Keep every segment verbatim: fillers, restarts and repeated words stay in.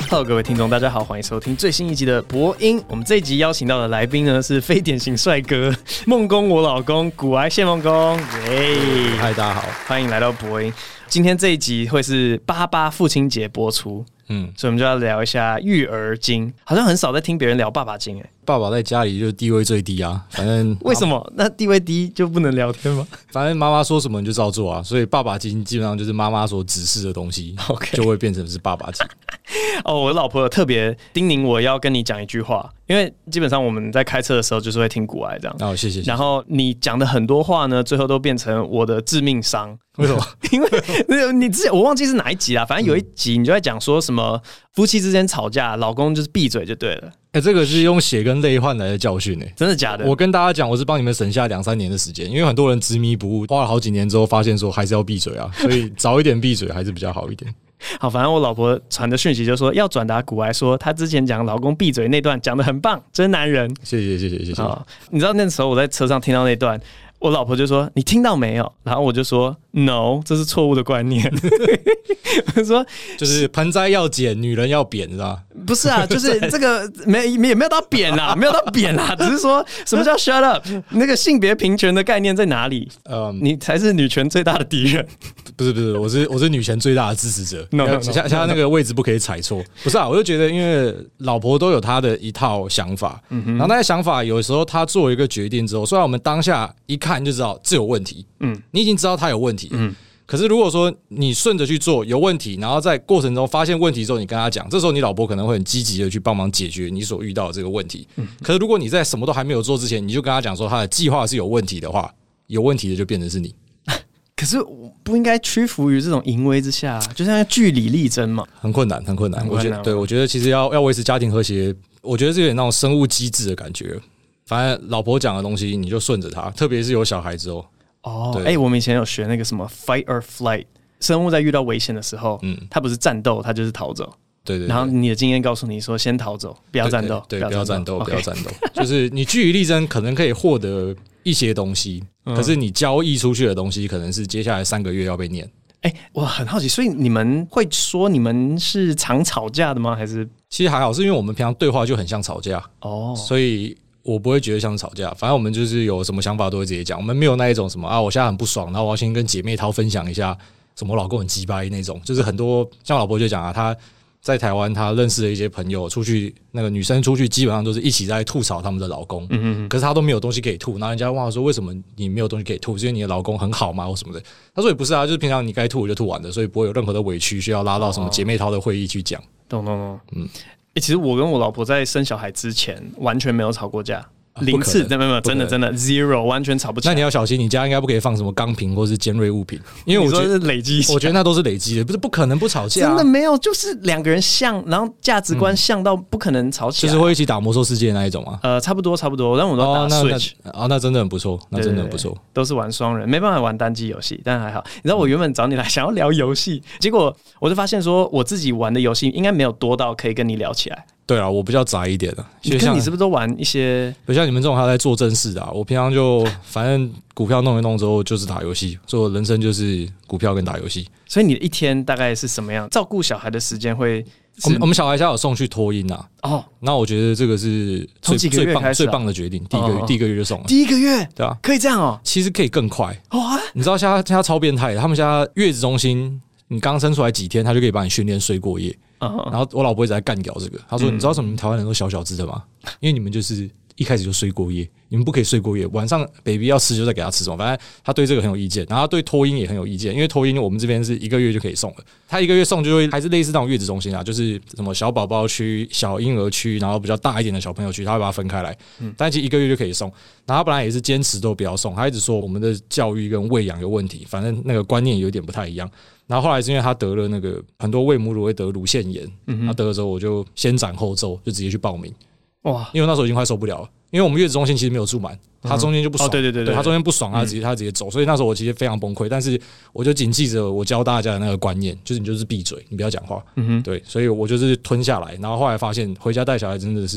Hello， 各位听众，大家好，欢迎收听最新一集的博音。我们这一集邀请到的来宾呢是非典型帅哥梦公，我老公古癌谢梦公，耶！ 嗨，大家好， 欢迎来到博音。今天这一集会是八八父亲节播出，嗯，所以我们就要聊一下育儿经。好像很少在听别人聊爸爸经，哎， 爸爸在家里就地位最低啊，反正为什么？那地位低就不能聊天吗？ 反正妈妈说什么你就照做啊，所以爸爸经基本上就是妈妈所指示的东西， okay. 就会变成是爸爸经。 哦，我老婆有特别叮咛我要跟你讲一句话，因为基本上我们在开车的时候就是会听古癌这样。 哦，谢谢。 然后你讲的很多话呢，最后都变成我的致命伤。 为什么？ 因为你之前我忘记是哪一集啦，反正有一集你就在讲说什么夫妻之间吵架，老公就是闭嘴就对了。 哎、欸，这个是用血跟泪换来的教训哎、欸， 真的假的？ 我跟大家讲，我是帮你们省下两三年的时间，因为很多人执迷不悟，花了好几年之后发现说还是要闭嘴啊，所以早一点闭嘴还是比较好一点。 好，反正我老婆传的讯息就说要转达古癌说，她之前讲老公闭嘴那段讲得很棒，真男人。 谢谢谢谢谢谢。 你知道那时候我在车上听到那段，我老婆就说你听到没有？然后我就说 no， 这是错误的观念。我说就是盆栽要剪，女人要扁，是吧？ 不是啊，就是这个没也没有到扁啦，没有到扁啦，只是说什么叫 shut up？ 那个性别平权的概念在哪里？嗯，你才是女权最大的敌人。 不是不是，我是我是女权最大的支持者。 no, no, no, 像像那个位置不可以踩错。不是啊，我就觉得因为老婆都有她的一套想法，嗯、然后那些想法有时候她做一个决定之后，虽然我们当下一看就知道这有问题，嗯，你已经知道她有问题，嗯。可是如果说你顺着去做有问题，然后在过程中发现问题之后，你跟他讲，这时候你老婆可能会很积极的去帮忙解决你所遇到的这个问题。可是如果你在什么都还没有做之前，你就跟他讲说他的计划是有问题的话，有问题的就变成是你。 可是不应该屈服于这种淫威之下，就像据理力争嘛， 很困难，很困难。我觉得，对，我觉得其实要要维持家庭和谐，我觉得是有点那种生物机制的感觉。反正老婆讲的东西你就顺着他，特别是有小孩之后。 哦，哎、欸，我们以前有学那个什么 fight or flight， 生物在遇到危险的时候，嗯，它不是战斗，它就是逃走。 对 对, 对。 然后你的经验告诉你说，先逃走，不要战斗。 对，不要战斗，不要战斗。就是你据理力争，可能可以获得一些东西，嗯、可是你交易出去的东西，可能是接下来三个月要被念。 哎、欸，我很好奇，所以你们会说你们是常吵架的吗？还是其实还好，是因为我们平常对话就很像吵架哦，所以。我不会觉得像吵架，反正我们就是有什么想法都会直接讲，我们没有那一种什么啊，我现在很不爽，然后我要先跟姐妹淘分享一下，什么我老公很鸡掰那种，就是很多像我老婆就讲啊，她在台湾她认识的一些朋友出去，那个女生出去基本上都是一起在吐槽他们的老公，嗯嗯，可是她都没有东西可以吐，然后人家问她说为什么你没有东西可以吐，是因为你的老公很好吗或什么的？她说也不是啊，就是平常你该吐我就吐完的，所以不会有任何的委屈需要拉到什么姐妹淘的会议去讲。 懂懂懂，嗯。欸、其实我跟我老婆在生小孩之前完全没有吵过架，零次，没有没有，真的真的 zero， 完全吵不起来。 那你要小心，你家应该不可以放什么钢瓶或是尖锐物品，因为我觉得是累积， 我觉得那都是累积的，不是不可能不吵架、啊。 真的没有，就是两个人像，然后价值观像到不可能吵起来、 嗯，就是会一起打魔兽世界那一种啊。 呃，差不多差不多，但我们都打 Switch 啊、哦， 那, 那真的很不错，那真的很不错， 都是玩双人，没办法玩单机游戏，但还好。你知道我原本找你来想要聊游戏，结果我就发现说我自己玩的游戏应该没有多到可以跟你聊起来。 对啊，我比较宅一点的。 你跟你是不是都玩一些？ 就像你们这种还在做正事的、啊，我平常就反正股票弄一弄之后就是打游戏，所以我人生就是股票跟打游戏。 所以你的一天大概是什么样？照顾小孩的时间会？ 我们我们小孩家有送去托婴啊。哦，那我觉得这个是最最棒最棒的决定。第一个月、哦、第一个月就送了。 第一个月对啊， 可以这样哦。 其实可以更快。哇，你知道现在现在超变态的，他们家月子中心，你刚生出来几天，他就可以帮你训练睡过夜。Uh-huh. 然后我老婆一直在干掉这个，她说：“你知道什么？你们台湾人都小小只的吗？因为你们就是一开始就睡过夜，你们不可以睡过夜，晚上 baby 要吃就再给他吃什么。反正他对这个很有意见，然后他对托婴也很有意见，因为托婴我们这边是一个月就可以送了，他一个月送就会还是类似那种月子中心啊，就是什么小宝宝区、小婴儿区，然后比较大一点的小朋友区，他会把它分开来。嗯，但其实一个月就可以送。然后他本来也是坚持都不要送，他一直说我们的教育跟喂养有问题，反正那个观念有点不太一样。”然后后来是因为他得了那个很多喂母乳会得乳腺炎，嗯、他得了之后我就先斩后奏，就直接去报名。哇！因为那时候已经快受不了了，因为我们月子中心其实没有住满，他中间就不爽，嗯哦、对对 对, 对, 对，他中间不爽，他直接他直接走，所以那时候我其实非常崩溃。但是我就谨记着我教大家的那个观念，就是你就是闭嘴，你不要讲话。嗯哼，对，所以我就是吞下来。然后后来发现回家带小孩真的是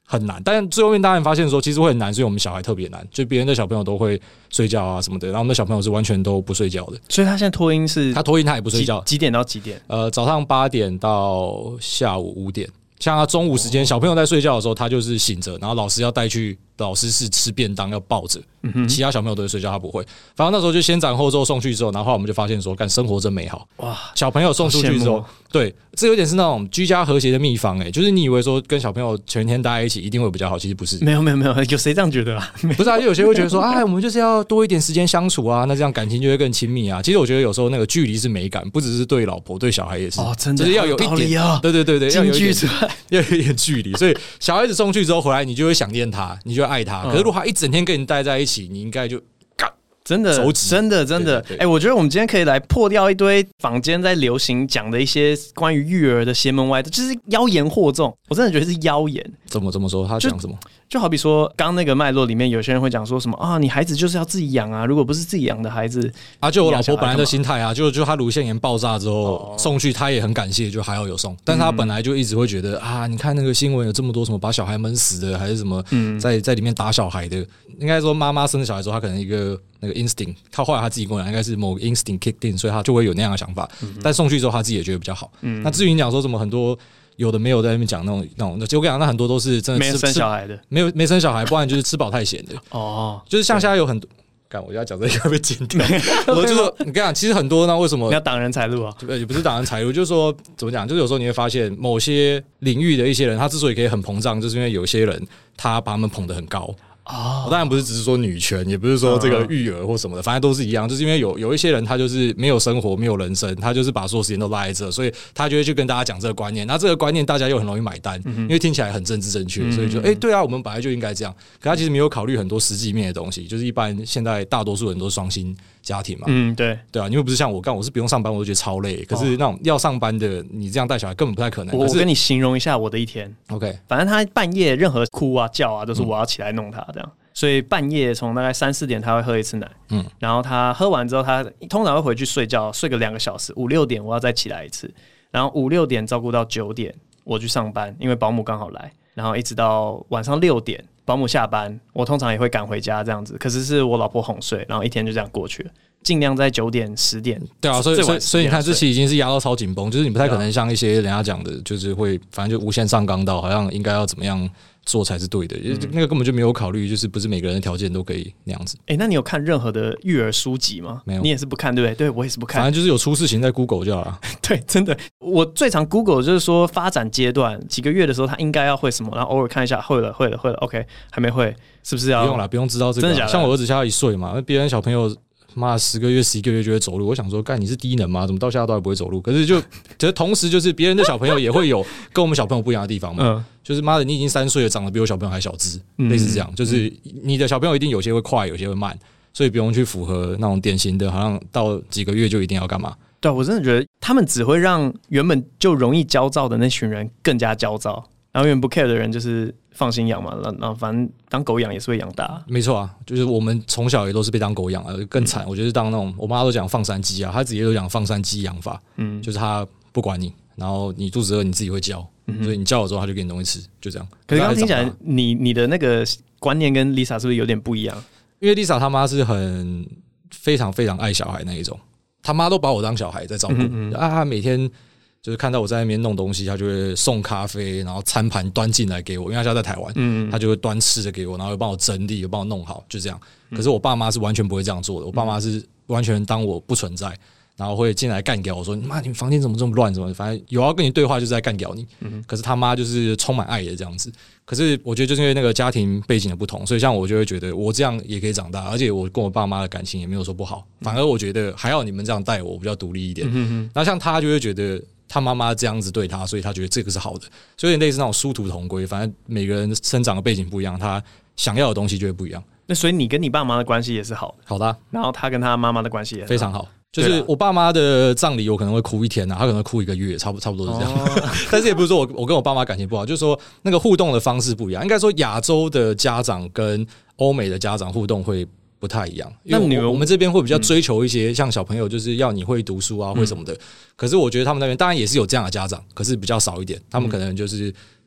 很难，但最后面当然发现说其实会很难，所以我们小孩特别难，就别人的小朋友都会睡觉啊什么的，然后我们的小朋友是完全都不睡觉的。 所以他现在托婴是， 他托婴他也不睡觉， 几点到几点？ 呃，早上八点到下午五点。像他中午时间，小朋友在睡觉的时候，他就是醒着，然后老师要带去老师室吃便当，要抱着。嗯、其他小朋友都会睡觉，他不会。反正那时候就先斩后奏送去之后，然后我们就发现说，干生活真美好。哇！小朋友送出去之后，对，这有点是那种居家和谐的秘方哎、欸，就是你以为说跟小朋友全天待在一起一定会比较好，其实不是。 没有没有没有，有谁这样觉得啊？ 不是啊，就有些会觉得说，哎，我们就是要多一点时间相处啊，那这样感情就会更亲密啊。其实我觉得有时候那个距离是美感，不只是对老婆，对小孩也是。 哦，真的， 就是要有一点啊，对对对对，要有一点，要有一点距离。所以小孩子送去之后回来，你就会想念他，你就会爱他。可是如果他一整天跟你待在一起，你应该就。 真的，真的，真的，哎、欸，我觉得我们今天可以来破掉一堆坊间在流行讲的一些关于育儿的邪门歪道，就是妖言惑众。我真的觉得是妖言。 怎么怎么说？他讲什么？ 就好比说，刚刚那个脉络里面，有些人会讲说什么啊，你孩子就是要自己养啊，如果不是自己养的孩子， 啊，就我老婆本来的心态啊，就就她乳腺炎爆炸之后、哦、送去，她也很感谢，就还好有送，但她本来就一直会觉得、嗯、啊，你看那个新闻有这么多什么把小孩闷死的，还是什么在在里面打小孩的，应该说妈妈生小孩之后，她可能一个那个 instinct， 她后来她自己跟我讲，应该是某个 instinct kicked in， 所以她就会有那样的想法，嗯、但送去之后，她自己也觉得比较好。嗯、那至于你讲说什么很多。有的没有在那边讲那种那种，就我跟你讲，那很多都是真的吃没生小孩的， 没有没生小孩，不然就是吃饱太闲的。哦，就是像现在有很多，干我要讲这个会被剪掉。我就说，你跟你讲，其实很多那为什么你要挡人财路啊？ 也不是挡人财路，就是说怎么讲，就是有时候你会发现某些领域的一些人，他之所以可以很膨胀，就是因为有些人他把他们捧得很高。哦，当然不是只是说女权，也不是说这个育儿或什么的，反正都是一样，就是因为有有一些人他就是没有生活，没有人生，他就是把所有时间都拉在这，所以他就会去跟大家讲这个观念。那这个观念大家又很容易买单，因为听起来很政治正确，所以就哎、欸，对啊，我们本来就应该这样。可他其实没有考虑很多实际面的东西，就是一般现在大多数人都是双薪家庭嘛， 嗯，对对啊，因为不是像我干，我是不用上班，我就觉得超累。可是那种要上班的，你这样带小孩根本不太可能。 我跟你形容一下我的一天 ，OK， 反正他半夜任何哭啊叫啊，都是我要起来弄他这样。所以半夜从大概三四点他会喝一次奶，嗯，然后他喝完之后，他通常会回去睡觉，睡个两个小时，五六点我要再起来一次，然后五六点照顾到九点我去上班，因为保姆刚好来，然后一直到晚上六点保姆下班，我通常也会赶回家这样子，可是是我老婆哄睡，然后一天就这样过去了。尽量在九点十点， 对啊，所以所以所以你看，这期已经是压到超紧绷，就是你不太可能像一些人家讲的，就是会反正就无限上纲到，好像应该要怎么样做才是对的，嗯、那个根本就没有考虑，就是不是每个人的条件都可以那样子。 哎、欸，那你有看任何的育儿书籍吗？ 没有， 你也是不看，对不对？对我也是不看， 反正就是有出事情在 Google 就好了。 对，真的，我最常 Google 就是说发展阶段几个月的时候，他应该要会什么，然后偶尔看一下，会了，会了，会了 ，OK， 还没会，是不是要？ 不用啦，不用知道这个、啊。真的假的？像我儿子现在一岁嘛，那别人小朋友。妈，十个月、十一个月就会走路。我想说，干你是低能吗？怎么到现在都还不会走路？可是就，可是同时就是别人的小朋友也会有跟我们小朋友不一样的地方嘛。嗯、就是妈的，你已经三岁了，长得比我小朋友还小只，嗯、类似这样。就是你的小朋友一定有些会快，有些会慢，所以不用去符合那种典型的，好像到几个月就一定要干嘛。 对，我真的觉得他们只会让原本就容易焦躁的那群人更加焦躁。然后原本不 care 的人就是放心养嘛，然后反正当狗养也是会养大。 没错啊，就是我们从小也都是被当狗养啊，更惨。嗯、我觉得当那种我妈都讲放山鸡啊，她直接都讲放山鸡养法，嗯，就是她不管你，然后你肚子饿你自己会叫，嗯、所以你叫了之后她就给你东西吃，就这样。 可是刚刚听起来，你你的那个观念跟 Lisa 是不是有点不一样？ 因为 Lisa 她妈是很非常非常爱小孩那一种，她妈都把我当小孩在照顾、嗯嗯、啊，每天。就是看到我在那边弄东西，他就会送咖啡，然后餐盘端进来给我，因为他现在在台湾，嗯、他就会端吃的给我，然后又帮我整理，又帮我弄好，就这样。可是我爸妈是完全不会这样做的，我爸妈是完全当我不存在，然后会进来干掉我说：“妈，你们房间怎么这么乱？怎么？反正有要跟你对话，就是在干掉你。嗯”可是他妈就是充满爱的这样子。可是我觉得就是因为那个家庭背景的不同，所以像我就会觉得我这样也可以长大，而且我跟我爸妈的感情也没有说不好，反而我觉得还要你们这样带我，我比较独立一点。嗯、然后像他就会觉得。他妈妈这样子对他，所以他觉得这个是好的，所以有点类似那种殊途同归。反正每个人生长的背景不一样，他想要的东西就会不一样。 那所以你跟你爸妈的关系也是好的， 好的、啊。 然后他跟他妈妈的关系也非常好。就是我爸妈的葬礼，我可能会哭一天啊，他可能会哭一个月，差不差不多是这样。哦、但是也不是说我我跟我爸妈感情不好，就是说那个互动的方式不一样。应该说亚洲的家长跟欧美的家长互动会。不太一样，因为我们这边会比较追求一些像小朋友，就是要你会读书啊，会什么的。可是我觉得他们那边当然也是有这样的家长，可是比较少一点。他们可能就是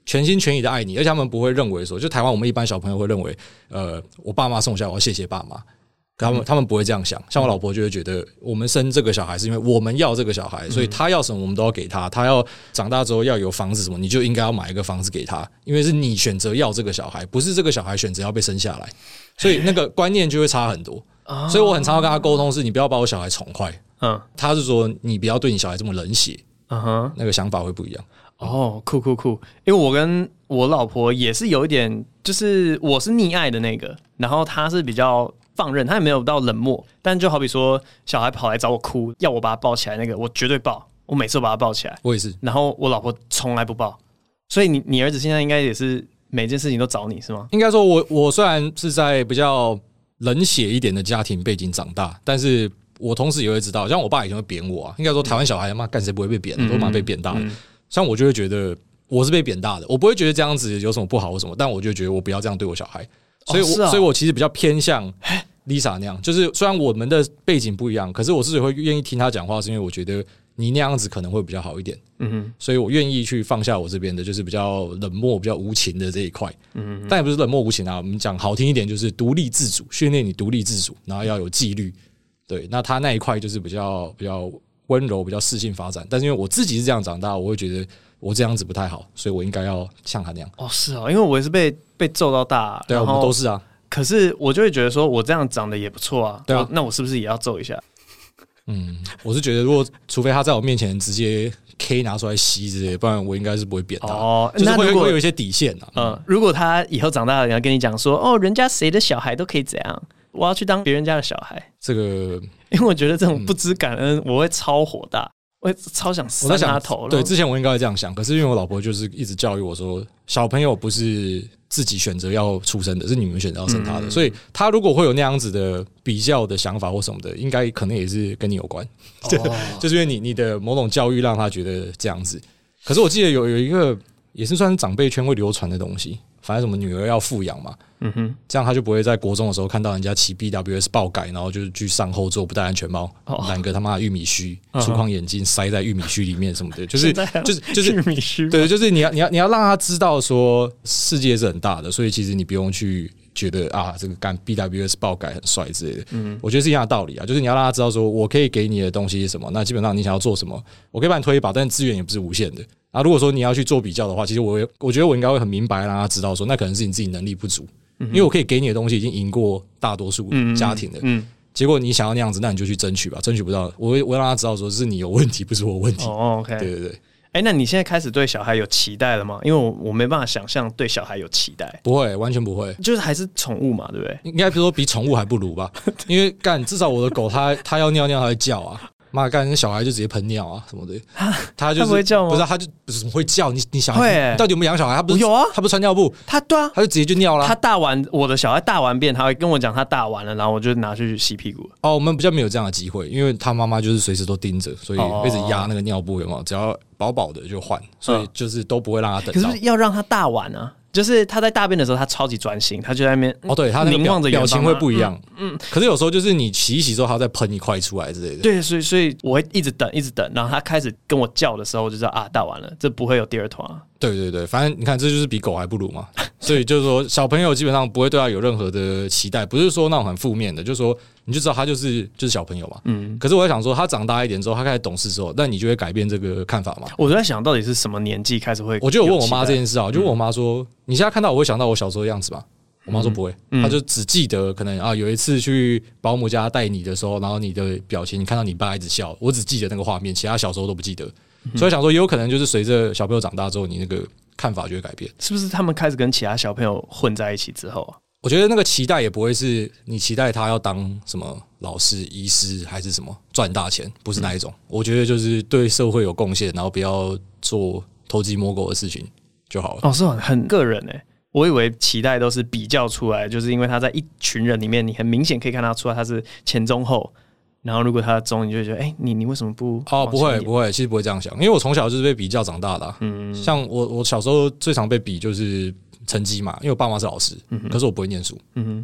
全心全意的爱你，而且他们不会认为说，就台湾我们一般小朋友会认为，呃，我爸妈送下我要谢谢爸妈。他们他们不会这样想，像我老婆就会觉得，我们生这个小孩是因为我们要这个小孩，所以他要什么我们都要给他。他要长大之后要有房子什么，你就应该要买一个房子给他，因为是你选择要这个小孩，不是这个小孩选择要被生下来，所以那个观念就会差很多。所以我很常要跟他沟通，是你不要把我小孩宠坏。嗯，他是说你不要对你小孩这么冷血。嗯哼，那个想法会不一样。 哦，酷酷酷！因为我跟我老婆也是有一点，就是我是溺爱的那个，然后他是比较放任，他也没有到冷漠，但就好比说小孩跑来找我哭，要我把他抱起来，那个我绝对抱，我每次都把他抱起来。 我也是。 然后我老婆从来不抱，所以你你儿子现在应该也是每件事情都找你是吗？ 应该说我我虽然是在比较冷血一点的家庭背景长大，但是我同时也会知道，像我爸以前会扁我啊，应该说台湾小孩嘛，干谁不会被扁，都蛮被扁大的。嗯嗯像我就会觉得我是被扁大的，我不会觉得这样子有什么不好或什么，但我就觉得我不要这样对我小孩，所以我、哦啊、所以我其实比较偏向 Lisa 那样，就是虽然我们的背景不一样，可是我之所以会愿意听他讲话，是因为我觉得你那样子可能会比较好一点，嗯哼，所以我愿意去放下我这边的，就是比较冷漠、比较无情的这一块，嗯哼，但也不是冷漠无情啊，我们讲好听一点，就是独立自主，训练你独立自主，然后要有纪律，对，那他那一块就是比较比较温柔、比较适性发展，但是因为我自己是这样长大，我会觉得。我这样子不太好，所以我应该要像他那样。 哦，是哦，因为我也是被被揍到大， 对啊，我们都是啊。 可是我就会觉得说，我这样长得也不错啊，对啊，那我是不是也要揍一下？ 嗯，我是觉得，如果除非他在我面前直接 K 拿出来吸之类的，不然我应该是不会扁他。哦，就是会会有一些底线啊。 嗯，如果他以后长大了，要跟你讲说，哦，人家谁的小孩都可以怎样，我要去当别人家的小孩， 这个， 因为我觉得这种不知感恩，我会超火大。我超想扇他头。 对，之前我应该会这样想，可是因为我老婆就是一直教育我说，小朋友不是自己选择要出生的，是你们选择要生他的，嗯、所以他如果会有那样子的比较的想法或什么的，应该可能也是跟你有关，哦、就是因为你你的某种教育让他觉得这样子。可是我记得有有一个也是算是长辈圈会流传的东西，反正什么女儿要富养嘛。嗯哼，这样他就不会在国中的时候看到人家骑 B W S 爆改，然后就是去上后座不戴安全帽，染个他妈的玉米须，粗框眼镜塞在玉米须里面什么的，就是就是就是玉米须， 对，就是你要你要你要让他知道说世界是很大的，所以其实你不用去觉得啊这个干 B W S 爆改很帅之类的。嗯，我觉得是一样的道理啊，就是你要让他知道说我可以给你的东西是什么，那基本上你想要做什么，我可以帮你推一把，但资源也不是无限的。啊，如果说你要去做比较的话，其实我我觉得我应该会很明白让他知道说，那可能是你自己能力不足。因为我可以给你的东西已经赢过大多数家庭了，嗯嗯嗯、结果你想要那样子，那你就去争取吧，争取不到，我会我会让他知道说是你有问题，不是我问题。 哦 ，OK， 对对对。 哎、欸，那你现在开始对小孩有期待了吗？因为我我没办法想象对小孩有期待， 不会，完全不会， 就是还是宠物嘛，对不对？ 应该比如说比宠物还不如吧，因为干至少我的狗它它要尿尿它会叫啊。妈干，那小孩就直接喷尿啊什么的，他就是他不会叫吗？ 不是，他就不是会叫。你你小孩、欸、你到底有没有养小孩？他不是有啊， 他不是穿尿布， 他对啊， 他就直接就尿了。 他大完我的小孩大完便，他会跟我讲他大完了，然后我就拿去洗屁股。 哦，我们比较没有这样的机会，因为他妈妈就是随时都盯着，所以一直压那个尿布有没有？只要饱饱的就换，所以就是都不会让他等到。 可是要让他大完啊。就是他在大便的时候，他超级专心，他就在那边哦，对他凝望着表情会不一样， 嗯，嗯可是有时候就是你洗一洗之后，他再喷一块出来之类的。 对，所以所以我会一直等，一直等，然后他开始跟我叫的时候，我就知道啊，大完了，这不会有第二团。 对对对，反正你看，这就是比狗还不如嘛。所以就是说，小朋友基本上不会对他有任何的期待，不是说那种很负面的，就是说你就知道他就是就是小朋友嘛。嗯。可是我在想说，他长大一点之后，他开始懂事之后，那你就会改变这个看法嘛？ 我就在想到底是什么年纪开始会？ 我就有问我妈这件事啊，我就问我妈说：“嗯、你现在看到我会想到我小时候的样子吗？”我妈说不会，嗯、她就只记得可能啊有一次去保姆家带你的时候，然后你的表情，你看到你爸一直笑，我只记得那个画面，其他小时候都不记得。嗯、所以想说，也有可能就是随着小朋友长大之后，你那个看法就会改变。 是不是他们开始跟其他小朋友混在一起之后啊？ 我觉得那个期待也不会是你期待他要当什么老师、医师还是什么赚大钱，不是那一种。嗯、我觉得就是对社会有贡献，然后不要做偷鸡摸狗的事情就好了。 哦，是很很个人哎、欸。我以为期待都是比较出来，就是因为他在一群人里面，你很明显可以看他出来他是前中后。然后如果他的中，你就会觉得，哎、欸，你你为什么不？ 哦，不会不会，其实不会这样想，因为我从小就是被比较长大的、啊。嗯，像我我小时候最常被比就是成绩嘛，因为我爸妈是老师，嗯、可是我不会念书。嗯哼，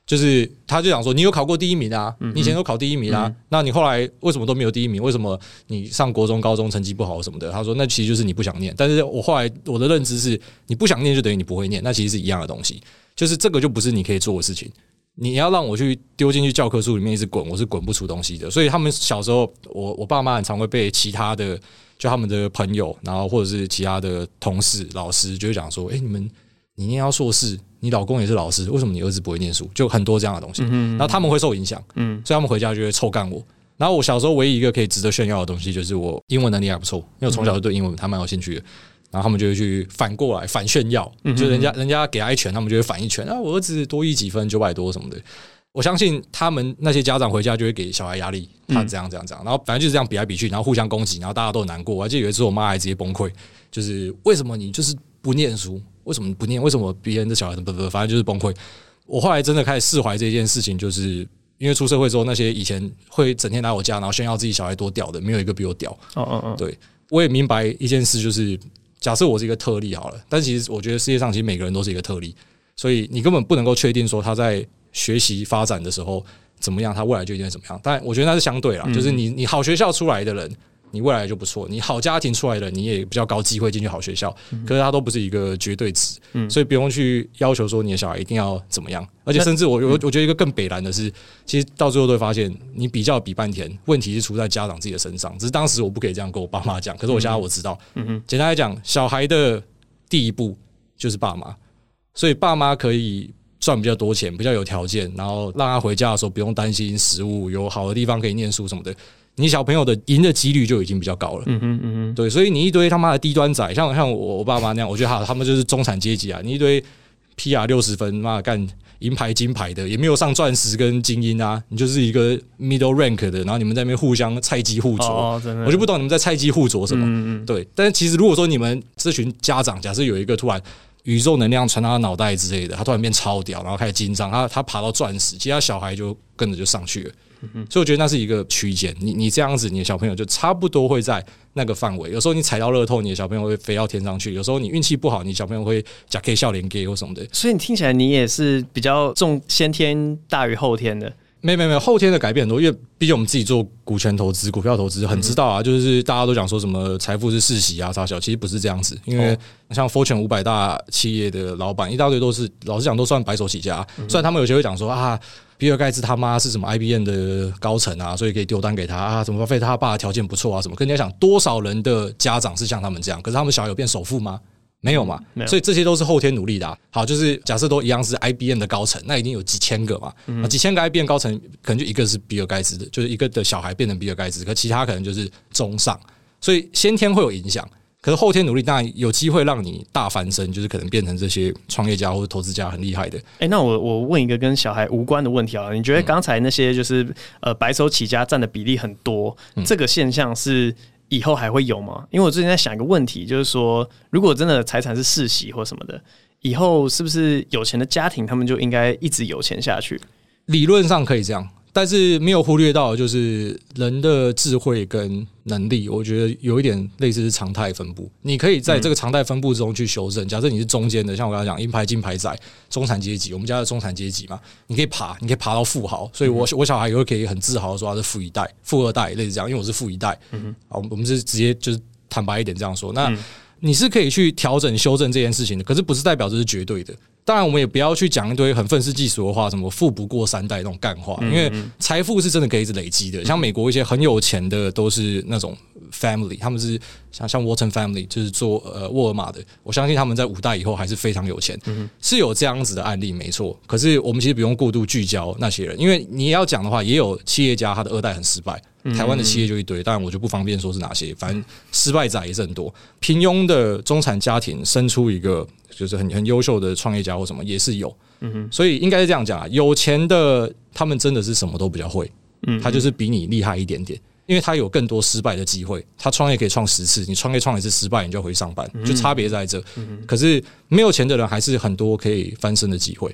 就是他就讲说，你有考过第一名啊，你以前都考第一名啊，嗯、那你后来为什么都没有第一名？为什么你上国中、高中成绩不好什么的？他说，那其实就是你不想念。但是我后来我的认知是，你不想念就等于你不会念，那其实是一样的东西。就是这个就不是你可以做的事情。你要让我去丢进去教科书里面一直滚，我是滚不出东西的。所以他们小时候，我我爸妈很常会被其他的就他们的朋友，然后或者是其他的同事、老师就会讲说，哎、欸，你们你念到硕士。你老公也是老师，为什么你儿子不会念书？就很多这样的东西，嗯、然后他们会受影响，嗯，所以他们回家就会臭干我。然后我小时候唯一一个可以值得炫耀的东西，就是我英文能力还不错，因为我从小就对英文还蛮有兴趣的。然后他们就会去反过来反炫耀，就人家人家给他一拳，他们就会反一拳啊，我儿子多一几分，九百多什么的。我相信他们那些家长回家就会给小孩压力，他这样这样这样，然后反正就是这样比来比去，然后互相攻击，然后大家都很难过。我还记得有一次我妈还直接崩溃，就是为什么你就是不念书？为什么不念？为什么别人的小孩不不，反正就是崩溃。我后来真的开始释怀这件事情，就是因为出社会之后，那些以前会整天来我家，然后炫耀自己小孩多屌的，没有一个比我屌。哦哦哦，对，我也明白一件事，就是假设我是一个特例好了，但其实我觉得世界上其实每个人都是一个特例，所以你根本不能够确定说他在学习发展的时候怎么样，他未来就一定会怎么样。但我觉得那是相对啦，嗯、就是你你好学校出来的人。你未来就不错，你好家庭出来的你也比较高机会进去好学校，可是它都不是一个绝对值，所以不用去要求说你的小孩一定要怎么样。而且甚至我我我觉得一个更北蓝的是，其实到最后都会发现，你比较比半天，问题是出在家长自己的身上。只是当时我不可以这样跟我爸妈讲，可是我现在我知道，简单来讲，小孩的第一步就是爸妈，所以爸妈可以赚比较多钱，比较有条件，然后让他回家的时候不用担心食物，有好的地方可以念书什么的。你小朋友的赢的几率就已经比较高了，嗯哼嗯哼，对，所以你一堆他妈的低端仔，像像我我爸妈那样，我觉得他们就是中产阶级啊。你一堆 P R 六十分，妈干银牌金牌的，也没有上钻石跟精英啊，你就是一个 middle rank 的，然后你们在那边互相菜鸡互啄，哦，我就不懂你们在菜鸡互啄什么，嗯嗯对。但是其实如果说你们这群家长，假设有一个突然宇宙能量传到他脑袋之类的，他突然变超屌，然后开始紧张，他他爬到钻石，其他小孩就跟着就上去了。所以我觉得那是一个区间，你你这样子，你的小朋友就差不多会在那个范围。有时候你踩到乐透，你的小朋友会飞到天上去；有时候你运气不好，你小朋友会假 K 笑脸 K 或什么的。 所以你听起来你也是比较重先天大于后天的。 没没没，后天的改变很多，因为毕竟我们自己做股权投资、股票投资，很知道啊，就是大家都讲说什么财富是世袭啊、啥小，其实不是这样子。因为像 Fortune 五百大企业的老板，一大堆都是老实讲都算白手起家，虽然他们有些会讲说啊。比尔盖茨他妈是什么 I B M 的高层啊，所以可以丢单给他啊，什么巴菲特他爸的条件不错啊，什么。跟人家讲多少人的家长是像他们这样，可是他们小孩有变首富吗？没有嘛，所以这些都是后天努力的、啊。好，就是假设都一样是 I B M 的高层，那一定有几千个嘛，嗯、几千个 I B M 高层，可能就一个是比尔盖茨的，就是一个的小孩变成比尔盖茨，可其他可能就是中上，所以先天会有影响。可是后天努力当然有机会让你大翻身，就是可能变成这些创业家或者投资家很厉害的。 哎、欸，那我我问一个跟小孩无关的问题啊，你觉得刚才那些就是呃白手起家占的比例很多，嗯、这个现象是以后还会有吗？因为我最近在想一个问题，就是说如果真的财产是世袭或什么的，以后是不是有钱的家庭他们就应该一直有钱下去？ 理论上可以这样。但是没有忽略到，就是人的智慧跟能力，我觉得有一点类似是常态分布。你可以在这个常态分布中去修正。假设你是中间的，像我刚才讲，银牌、金牌仔、中产阶级，我们家的中产阶级嘛，你可以爬，你可以爬到富豪。所以我我小孩也会可以很自豪的说他是富一代、富二代，类似这样，因为我是富一代。嗯，好，我们是直接就是坦白一点这样说。那你是可以去调整、修正这件事情的，可是不是代表这是绝对的。当然，我们也不要去讲一堆很愤世嫉俗的话，什么富不过三代那种干话，因为财富是真的可以一直累积的。像美国一些很有钱的都是那种 family， 他们是像像 Walton family， 就是做呃沃尔玛的，我相信他们在五代以后还是非常有钱，是有这样子的案例，没错。可是我们其实不用过度聚焦那些人，因为你要讲的话，也有企业家他的二代很失败。台湾的企业就一堆，当然我就不方便说是哪些，反正失败仔也是很多。平庸的中产家庭生出一个就是很很优秀的创业家或什么也是有，所以应该是这样讲啊，有钱的他们真的是什么都比较会，他就是比你厉害一点点，因为他有更多失败的机会，他创业可以创十次，你创业创一次失败，你就要回去上班，就差别在这。可是没有钱的人还是很多可以翻身的机会。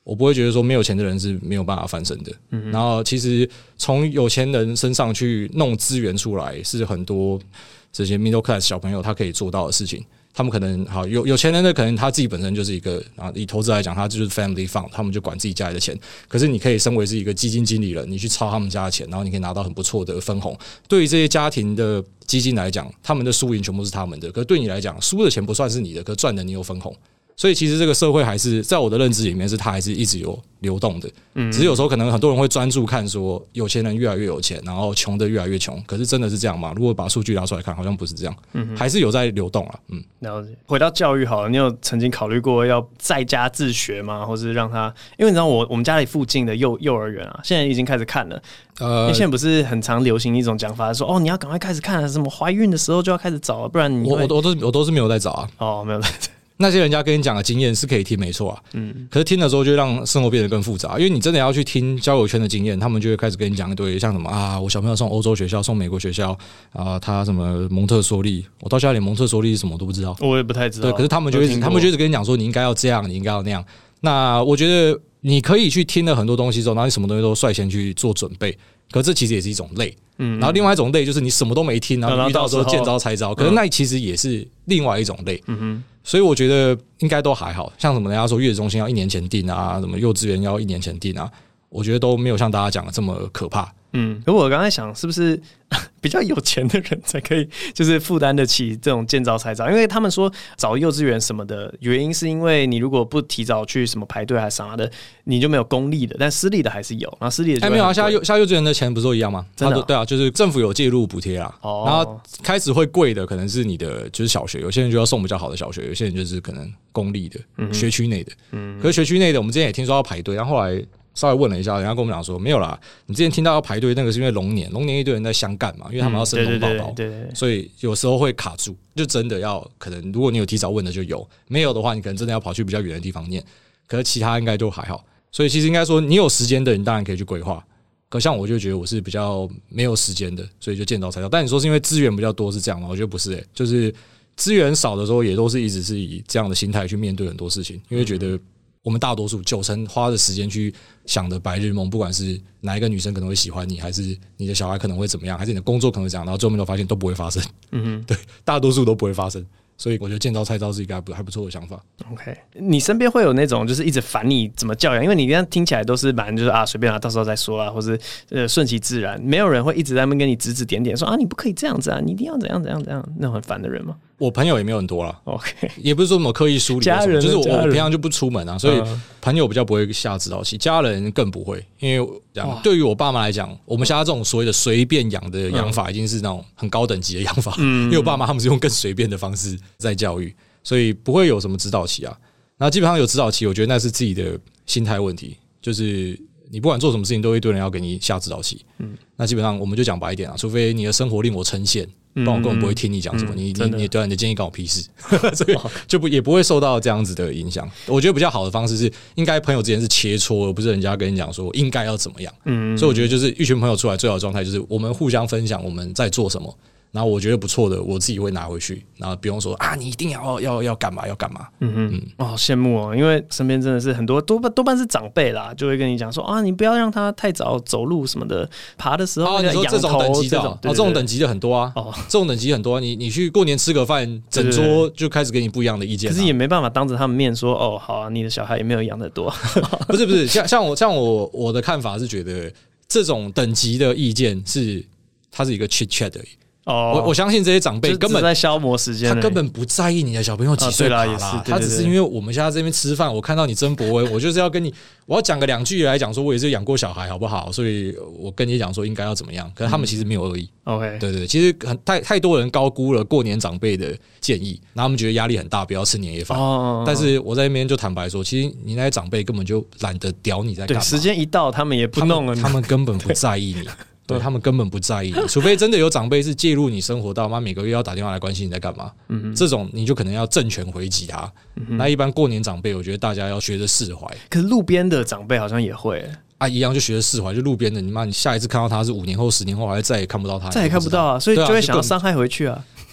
我不会觉得说没有钱的人是没有办法翻身的。嗯、然后其实从有钱人身上去弄资源出来，是很多这些 middle class 小朋友他可以做到的事情。他们可能好有有钱人的可能他自己本身就是一个啊，以投资来讲，他就是 family fund， 他们就管自己家里的钱。可是你可以身为是一个基金经理人，你去抄他们家的钱，然后你可以拿到很不错的分红。对于这些家庭的基金来讲，他们的输赢全部是他们的，可是对你来讲，输的钱不算是你的，可是赚的你有分红。所以其实这个社会还是在我的认知里面，是它还是一直有流动的。只是有时候可能很多人会专注看说有钱人越来越有钱，然后穷的越来越穷。可是真的是这样吗？如果把数据拿出来看，好像不是这样，还是有在流动啊。嗯， 了解。回到教育好了，你有曾经考虑过要在家自学吗？或是让他？因为你知道我我们家里附近的幼幼儿园啊，现在已经开始看了。呃，因为现在不是很常流行一种讲法，说哦，你要赶快开始看，什么怀孕的时候就要开始找，不然你我我都我都是没有在找啊。 哦，没有在找。 那些人家跟你讲的经验是可以听，没错啊，嗯，可是听了之后就让生活变得更复杂，因为你真的要去听交友圈的经验，他们就会开始跟你讲一堆像什么啊，我小朋友送欧洲学校，送美国学校啊，他什么蒙特梭利，我到现在连蒙特梭利是什么都不知道， 我也不太知道。 对，可是他们就一直，他们就一直跟你讲说，你应该要这样，你应该要那样。那我觉得你可以去听了很多东西之后，然后你什么东西都率先去做准备，可是这其实也是一种累。嗯，然后另外一种累就是你什么都没听，然后遇到的时候见招拆招，可是那其实也是另外一种累。嗯哼，所以我觉得应该都还好，像什么人家说月子中心要一年前订啊，什么幼稚园要一年前订啊，我觉得都没有像大家讲的这么可怕。 嗯，可我刚才想，是不是比较有钱的人才可以，就是负担得起这种见招拆招？因为他们说找幼稚园什么的原因，是因为你如果不提早去什么排队还是啥的，你就没有公立的，但私立的还是有。然后私立的就哎、欸、 没有啊，现在幼现在幼稚园的钱不是都一样吗？ 真的、哦、 对啊，就是政府有介入补贴啦。哦，然后开始会贵的可能是你的就是小学，有些人就要送比较好的小学，有些人就是可能公立的、嗯、学区内的。嗯，可是学区内的我们之前也听说要排队，然后后来。稍微问了一下，人家跟我们讲说没有啦，你之前听到要排队那个是因为龙年，龙年一堆人在相干嘛，因为他们要生龙宝宝，所以有时候会卡住，就真的要可能如果你有提早问的就有，没有的话你可能真的要跑去比较远的地方念，可是其他应该都还好，所以其实应该说你有时间的，你当然可以去规划。可像我就觉得我是比较没有时间的，所以就见招拆招。但你说是因为资源比较多是这样吗？我觉得不是、欸，就是资源少的时候也都是一直是以这样的心态去面对很多事情，因为觉得。我们大多数九成花的时间去想的白日梦，不管是哪一个女生可能会喜欢你，还是你的小孩可能会怎么样，还是你的工作可能会这样，然后最后面都发现都不会发生。嗯哼，对，大多数都不会发生。所以我觉得见招拆招是一个还不还不错的想法。 OK， 你身边会有那种就是一直烦你怎么教养，因为你这样听起来都是反正就是啊随便啊，到时候再说啊，或是呃顺其自然，没有人会一直在那边跟你指指点点说啊你不可以这样子啊，你一定要怎样怎样怎样，那种很烦的人吗？ 我朋友也没有很多啦 ，OK， 也不是说什么刻意梳理， 家人就是我我平常就不出门啊，所以朋友比较不会下指导棋，家人更不会，因为讲对于我爸妈来讲，我们现在这种所谓的随便养的养法已经是那种很高等级的养法，嗯、因为我爸妈他们是用更随便的方式在教育，所以不会有什么指导棋啊。然后基本上有指导棋，我觉得那是自己的心态问题，就是你不管做什么事情，都会一堆人要给你下指导棋。嗯，那基本上我们就讲白一点啊，除非你的生活令我称羡。不然我根本不会听你讲什么，嗯、你你你对你的建议关我屁事，所以就不也不会受到这样子的影响。我觉得比较好的方式是，应该朋友之间是切磋，而不是人家跟你讲说应该要怎么样。嗯，所以我觉得就是一群朋友出来最好的状态就是我们互相分享我们在做什么，然后我觉得不错的，我自己会拿回去，然后不用说啊，你一定要要要干嘛要干嘛。嗯嗯，哦，好羡慕哦，因为身边真的是很多多半多半是长辈啦，就会跟你讲说啊，你不要让他太早走路什么的，爬的时候哦，你说这种等级的，哦，这种等级的很多啊，哦，这种等级很多，你你去过年吃个饭，整桌就开始给你不一样的意见， 可是也没办法当着他们面说哦，好啊，你的小孩也没有养得多， 不是不是，像像我像我我的看法是觉得这种等级的意见是它是一个 chit chat 而已。哦，我我相信这些长辈根本在消磨时间， 他根本不在意你的小朋友几岁爬啦， 啊、 他只是因为我们现在这边吃饭，我看到你曾博文，我就是要跟你，我要讲个两句来讲，说我也是养过小孩，好不好？所以我跟你讲说应该要怎么样，可是他们其实没有恶意。 OK，、 嗯、对对，其实很太太多人高估了过年长辈的建议，然后他们觉得压力很大，不要吃年夜饭。哦，但是我在那边就坦白说，其实你那些长辈根本就懒得屌你在干嘛， 对，时间一到，他们也不弄了， 他们, 他们根本不在意你。对，他们根本不在意你，除非真的有长辈是介入你生活到妈每个月要打电话来关心你在干嘛，嗯、这种你就可能要正权回击他。嗯、那一般过年长辈，我觉得大家要学着释怀。 可是路边的长辈好像也会、欸、 啊，一样就学着释怀。就路边的，你妈，你下一次看到他是五年后、十年后，还再也看不到他， 再也看不到啊，所以就会想要伤害回去啊。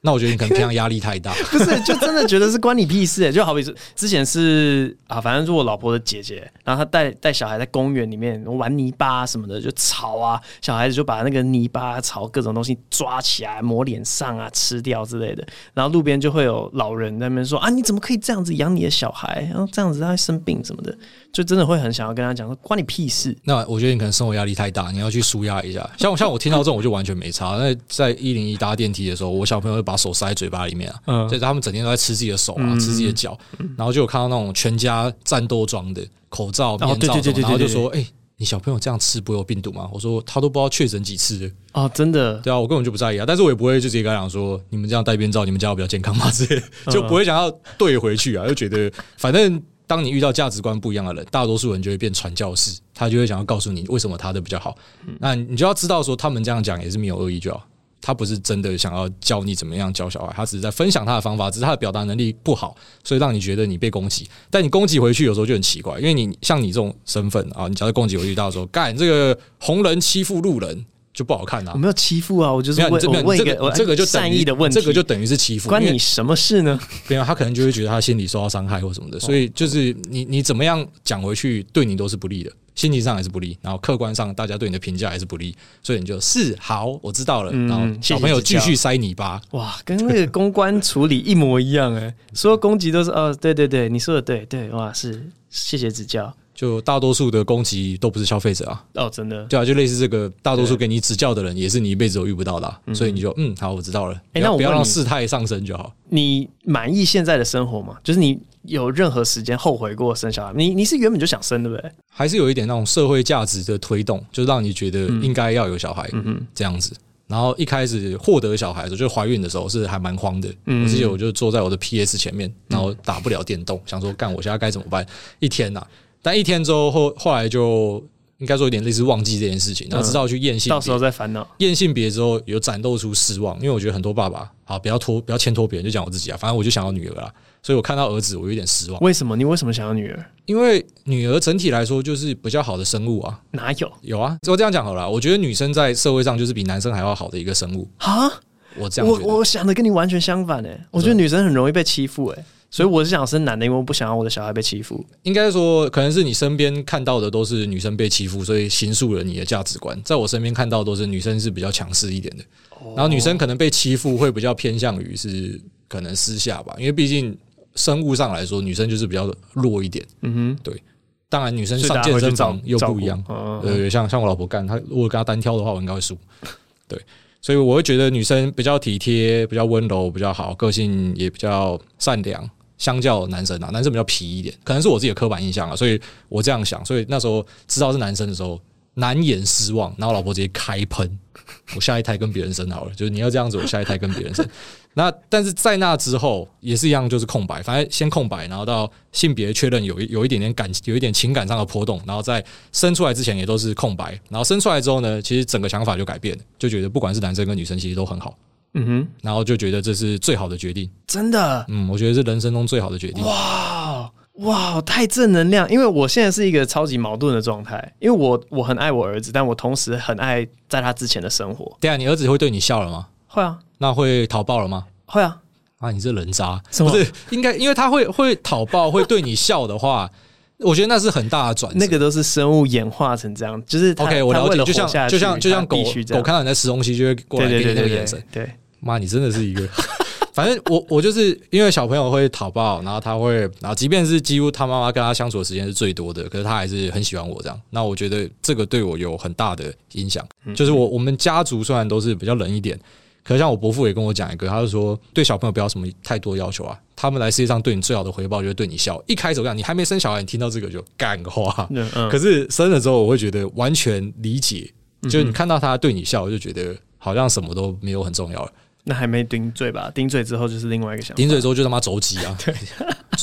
那我觉得你可能平常压力太大， 不是，就真的觉得是关你屁事、欸。就好比是之前是啊，反正是我老婆的姐姐，然后她带带小孩在公园里面玩泥巴什么的，就吵啊，小孩子就把那个泥巴、草各种东西抓起来抹脸上啊，吃掉之类的。然后路边就会有老人在那边说啊，你怎么可以这样子养你的小孩？然后这样子他会生病什么的，就真的会很想要跟他讲说关你屁事。 那我觉得你可能生活压力太大，你要去抒压一下。像我像我听到这种我就完全没差。那在一零一搭电梯的时候，我小朋友会把手塞在嘴巴里面啊，嗯，所以他们整天都在吃自己的手啊，嗯、吃自己的脚，然后就有看到那种全家战斗装的口罩、面罩什么，然后就说：“哎、欸，你小朋友这样吃不会有病毒吗？”我说：“他都不知道确诊几次了。” 哦，真的？ 对啊，我根本就不在意啊，但是我也不会就直接跟他讲说：“你们这样戴边罩，你们家比较健康吗？”之类的，就不会想要对回去啊，就觉得反正。当你遇到价值观不一样的人，大多数人就会变传教士，他就会想要告诉你为什么他的比较好。那你就要知道说，他们这样讲也是没有恶意就好，他不是真的想要教你怎么样教小孩，他只是在分享他的方法，只是他的表达能力不好，所以让你觉得你被攻击。但你攻击回去有时候就很奇怪，因为你像你这种身份啊，你只要攻击回去，到时候干这个红人欺负路人。就不好看啊！ 我没有欺负啊，我就是问这我问一个我这个就善意的问题， 这个就等于是欺负， 关你什么事呢？ 对啊，他可能就会觉得他心里受到伤害或什么的，所以就是你你怎么样讲回去，对你都是不利的，心情上也是不利，然后客观上大家对你的评价也是不利，所以你就是好，我知道了，嗯、然后小朋友继续塞泥巴， 哇，跟那个公关处理一模一样哎、欸，所有攻击都是哦，对对对，你说的对对，哇，是谢谢指教。 就大多数的攻击都不是消费者啊， 哦，真的， 对啊，就类似这个，大多数给你指教的人也是你一辈子都遇不到的、啊，所以你就嗯，好，我知道了，欸、那我不要让事态上升就好。 你满意现在的生活吗？就是你有任何时间后悔过生小孩？你你是原本就想生，对不对？ 还是有一点那种社会价值的推动，就让你觉得应该要有小孩、嗯、这样子。然后一开始获得小孩的时候，就怀孕的时候是还蛮慌的。嗯、我记得我就坐在我的 P S 前面，然后打不了电动，想说干我现在该怎么办？一天啊。但一天之后后后来就应该说有点类似忘记这件事情，然后知道去验性别、嗯， 到时候再烦恼。 验性别之后有展露出失望，因为我觉得很多爸爸好不要拖不要牵拖别人，就讲我自己啊，反正我就想要女儿啦，所以我看到儿子我有点失望。 为什么？你为什么想要女儿？ 因为女儿整体来说就是比较好的生物啊。 哪有？有啊，我这样讲好了，我觉得女生在社会上就是比男生还要好的一个生物啊。 我这样觉得， 我我想的跟你完全相反诶、欸，我觉得女生很容易被欺负诶、欸。所以我是想生男的，因为我不想要我的小孩被欺负。 应该说，可能是你身边看到的都是女生被欺负，所以形塑了你的价值观。在我身边看到的都是女生是比较强势一点的，然后女生可能被欺负会比较偏向于是可能私下吧，因为毕竟生物上来说，女生就是比较弱一点。嗯哼，对。当然，女生上健身房又不一样。呃，像像我老婆干，她如果跟她单挑的话，我应该会输。对。所以我会觉得女生比较体贴、比较温柔、比较好，个性也比较善良。相较男生啊，男生比较皮一点，可能是我自己的刻板印象啊，所以我这样想。所以那时候知道是男生的时候，难掩失望。然后老婆直接开喷，我下一胎跟别人生好了，就是你要这样子，我下一胎跟别人生。那但是在那之后也是一样，就是空白，反正先空白，然后到性别确认有有一点点感，有一点情感上的波动，然后在生出来之前也都是空白，然后生出来之后呢，其实整个想法就改变了，就觉得不管是男生跟女生其实都很好。嗯哼，然后就觉得这是最好的决定， 真的， 嗯，我觉得是人生中最好的决定。 哇哇，太正能量！因为我现在是一个超级矛盾的状态，因为我我很爱我儿子，但我同时很爱在他之前的生活。 对啊，你儿子会对你笑了吗？ 会啊。 那会讨抱了吗？ 会啊。 啊，你这人渣！不是应该，因为他会会讨抱，会对你笑的话。我觉得那是很大的转折， 那个都是生物演化成这样，就是 OK， 我了解，就像就像就像狗狗看到你在吃东西，就会过来给你那个眼神。 对， 妈，你真的是一个，反正我我就是因为小朋友会讨抱，然后他会，然后即便是几乎他妈妈跟他相处的时间是最多的，可是他还是很喜欢我这样。那我觉得这个对我有很大的影响，就是我我们家族虽然都是比较冷一点。可是像我伯父也跟我讲一个，他就说对小朋友不要什么太多要求啊，他们来世界上对你最好的回报就是对你笑。一开始我讲你还没生小孩，你听到这个就干话，嗯嗯、可是生了之后，我会觉得完全理解，就是你看到他对你笑，我就觉得好像什么都没有很重要了。 那还没顶嘴吧？顶嘴之后就是另外一个想法。 顶嘴之后就他妈走鸡啊！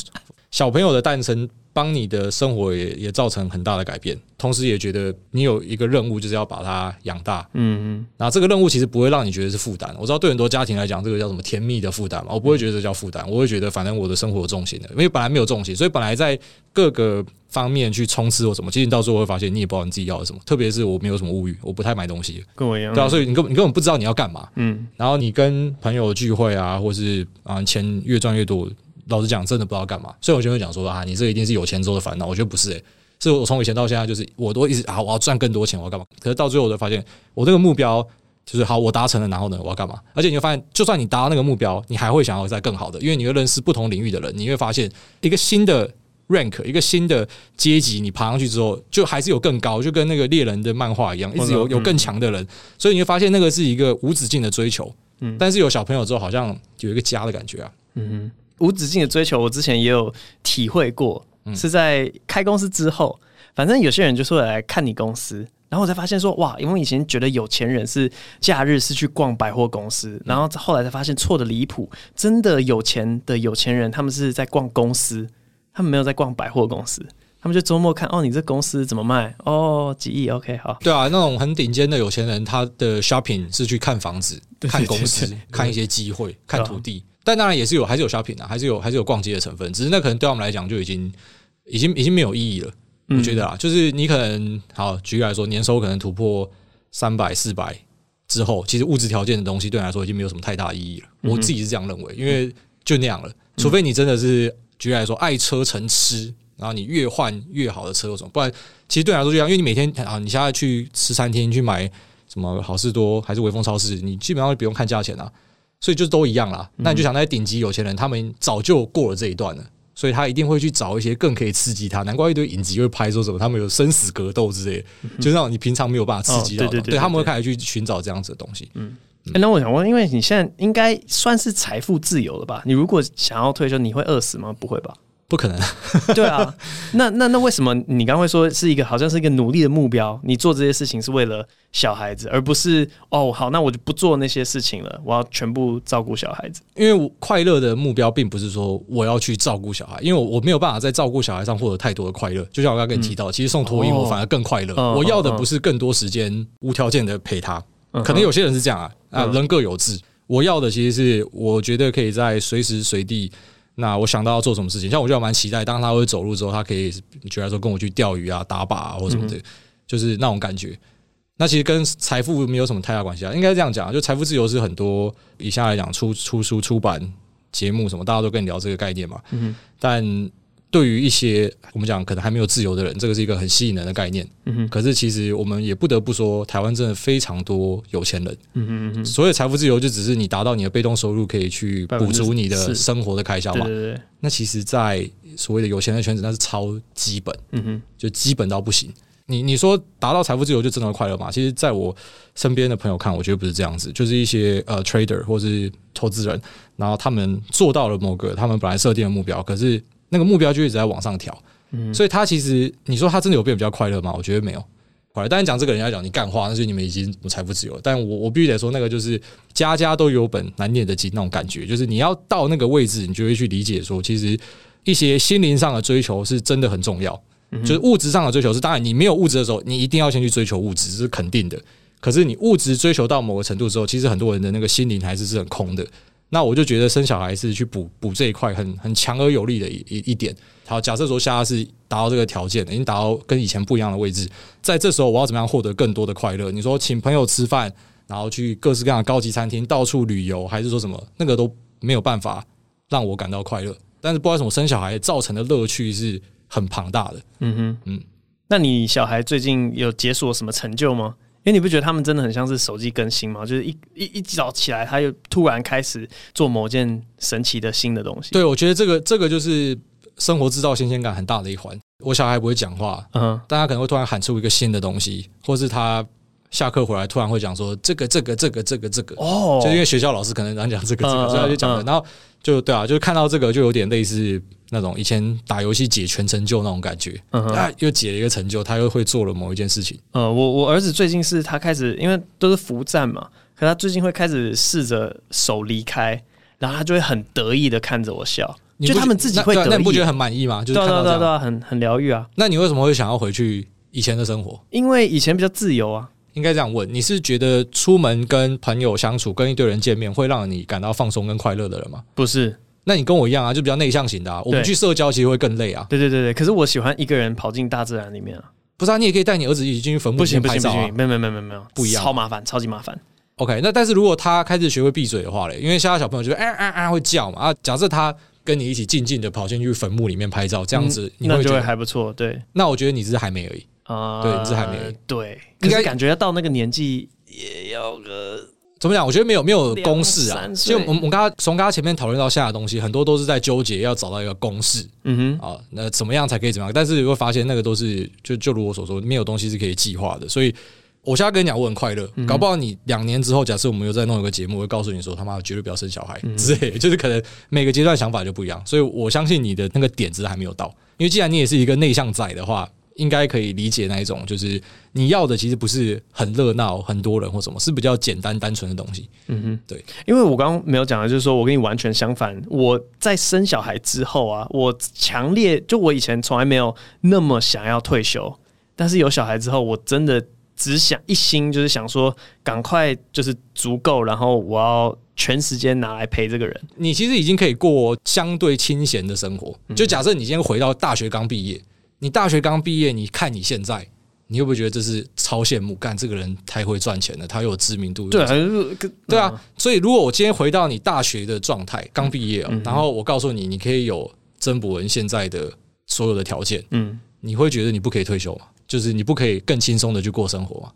小朋友的诞生帮你的生活也也造成很大的改变，同时也觉得你有一个任务，就是要把它养大。嗯嗯，那这个任务其实不会让你觉得是负担。我知道对很多家庭来讲，这个叫什么甜蜜的负担嘛，我不会觉得这叫负担，我会觉得反正我的生活有重心的，因为本来没有重心，所以本来在各个方面去冲刺或什么，其实你到最后会发现你也不知道你自己要的什么。特别是我没有什么物欲，我不太买东西， 跟我一样。 对啊，所以你根你根本不知道你要干嘛。嗯，然后你跟朋友聚会啊，或是啊钱越赚越多。老实讲，真的不知道干嘛。所以我就会讲说啊，你这一定是有钱之后的烦恼。我觉得不是、欸，是我从以前到现在，就是我都一直啊，我要赚更多钱，我要干嘛？可是到最后，我就发现我这个目标就是好，我达成了，然后呢，我要干嘛？而且你会发现，就算你达到那个目标，你还会想要再更好的，因为你会认识不同领域的人，你会发现一个新的 rank， 一个新的阶级，你爬上去之后，就还是有更高，就跟那个猎人的漫画一样，一直有有更强的人，所以你会发现那个是一个无止境的追求。嗯，但是有小朋友之后，好像有一个家的感觉啊。嗯哼。 无止境的追求，我之前也有体会过，是在开公司之后。反正有些人就是会来看你公司，然后我才发现说，哇，因为以前觉得有钱人是假日是去逛百货公司，然后后来才发现错的离谱，真的有钱的有钱人，他们是在逛公司，他们没有在逛百货公司。他们就周末看哦，你这公司怎么卖？哦，几亿 ，OK， 好。 对啊，那种很顶尖的有钱人，他的 shopping 是去看房子、看公司、看一些机会、看土地。但当然也是有，还是有 shopping 啊，还是有还是有逛街的成分。只是那可能对他们来讲就已经已经已经没有意义了。我觉得啊，就是你可能好举例来说，年收可能突破三百、四百之后，其实物质条件的东西对你来说已经没有什么太大意义了。我自己是这样认为，因为就那样了。除非你真的是举例来说，爱车成痴。然后你越换越好的车有什么？不然其实对你来说就这样，因为你每天啊，你现在去吃餐厅去买什么好事多还是微风超市，你基本上不用看价钱啊，所以就都一样啦。那你就想那些顶级有钱人，他们早就过了这一段了，所以他一定会去找一些更可以刺激他。难怪一堆影集会拍说什么他们有生死格斗之类的，就是那种你平常没有办法刺激到的，对他们会开始去寻找这样子的东西。嗯。 欸、那我想问，因为你现在应该算是财富自由了吧？你如果想要退休，你会饿死吗？不会吧？ 不可能。 对啊，那那那为什么你刚刚会说是一个好像是一个努力的目标？你做这些事情是为了小孩子，而不是哦好，那我就不做那些事情了，我要全部照顾小孩子。 因为我快乐的目标并不是说我要去照顾小孩，因为 我, 我没有办法在照顾小孩上获得太多的快乐。就像我刚刚跟你提到，嗯、其实送托婴我反而更快乐。哦、我要的不是更多时间无条件的陪他。嗯、可能有些人是这样啊，啊人各有志。我要的其实是我觉得可以在随时随地。那我想到要做什么事情，像我就蛮期待，当他会走路之后，他可以觉得说跟我去钓鱼啊、打靶啊或什么的，嗯、就是那种感觉。那其实跟财富没有什么太大关系啊，应该这样讲，就财富自由是很多以下来讲出出书、出版节目什么，大家都跟你聊这个概念嘛。嗯、但对于一些我们讲可能还没有自由的人，这个是一个很吸引人的概念。嗯、可是其实我们也不得不说，台湾真的非常多有钱人。嗯嗯、所谓财富自由，就只是你达到你的被动收入，可以去补足你的生活的开销嘛。 对对对。 那其实，在所谓的有钱人圈子，那是超基本。嗯哼，就基本到不行。你你说达到财富自由就真的快乐吗？其实在我身边的朋友看，我觉得不是这样子，就是一些呃 trader 或是投资人，然后他们做到了某个他们本来设定的目标，可是那个目标就一直在往上调，嗯、所以他其实你说他真的有变比较快乐吗？我觉得没有。当然讲这个人家讲你干话，那是你们已经财富自由了。但我我必须得说，那个就是家家都有本难念的经那种感觉，就是你要到那个位置，你就会去理解说，其实一些心灵上的追求是真的很重要。就是物质上的追求是，当然你没有物质的时候，你一定要先去追求物质，这是肯定的。可是你物质追求到某个程度之后，其实很多人的那个心灵还是是很空的。那我就觉得生小孩是去补补这一块很很强而有力的一一一点。好，假设说现在是达到这个条件，已经达到跟以前不一样的位置，在这时候我要怎么样获得更多的快乐？你说请朋友吃饭，然后去各式各样的高级餐厅到处旅游，还是说什么那个都没有办法让我感到快乐。但是不知道为什么生小孩造成的乐趣是很庞大的。嗯哼， 嗯，那你小孩最近有解锁什么成就吗？因为你不觉得他们真的很像是手机更新吗？就是一一一早起来，他又突然开始做某件神奇的新的东西。 对，我觉得这个这个就是生活制造新鲜感很大的一环。我小孩不会讲话，嗯，但他可能会突然喊出一个新的东西，或是他下课回来突然会讲说这个这个这个这个这个，哦，就因为学校老师可能常讲这个这个，所以他就讲的，然后就对啊，就看到这个就有点类似那种以前打游戏解全成就那种感觉，嗯，他又解了一个成就，他又会做了某一件事情。 呃，我我儿子最近是他开始，因为都是伏战嘛，可他最近会开始试着手离开，然后他就会很得意的看着我笑。 就他们自己会得意。 那你不觉得很满意吗？就是看到这样， 对啊，很很疗愈啊。 那你为什么会想要回去以前的生活？ 因为以前比较自由啊。 应该这样问，你是觉得出门跟朋友相处、跟一堆人见面，会让你感到放松跟快乐的人吗？ 不是。 那你跟我一样啊，就比较内向型的啊。我们去社交其实会更累啊。 对对对对，可是我喜欢一个人跑进大自然里面啊。 不是啊，你也可以带你儿子一起进去坟墓里面拍照啊。 不行不行不行，没有没有没有没有， 不一样， 超麻烦，超级麻烦。 OK， 那但是如果他开始学会闭嘴的话嘞，因为现在小朋友就哎哎哎会叫嘛啊，假设他跟你一起静静的跑进去坟墓里面拍照，这样子你会觉得、 嗯、那就会还不错。对， 那我觉得你只是还没而已。 啊、呃， 对，你是还没而已。 对，应该感觉要到那个年纪也要个怎么讲？我觉得没有没有公式啊。就我们我刚刚从刚刚前面讨论到现在的东西，很多都是在纠结要找到一个公式。嗯哼，啊，那怎么样才可以怎么样？但是你会发现那个都是就就如我所说，没有东西是可以计划的。所以我现在跟你讲，我很快乐。嗯、搞不好你两年之后，假设我们又再弄一个节目，我会告诉你说他妈绝对不要生小孩、嗯、之类的，就是可能每个阶段想法就不一样。所以我相信你的那个点子还没有到，因为既然你也是一个内向仔的话。应该可以理解那一种，就是你要的其实不是很热闹、很多人或什么，是比较简单、单纯的东西。嗯哼，对。 因为我刚刚没有讲的，就是说我跟你完全相反。我在生小孩之后啊，我强烈就我以前从来没有那么想要退休，但是有小孩之后，我真的只想一心就是想说，赶快就是足够，然后我要全时间拿来陪这个人。 你其实已经可以过相对清闲的生活。就假设你今天回到大学刚毕业。你大学刚毕业，你看你现在，你会不会觉得这是超羡慕？干这个人太会赚钱了，他又有知名度。 对， 对啊。所以如果我今天回到你大学的状态，刚毕业、喔嗯、然后我告诉你，你可以有曾博文现在的所有的条件，嗯，你会觉得你不可以退休吗？就是你不可以更轻松的去过生活吗？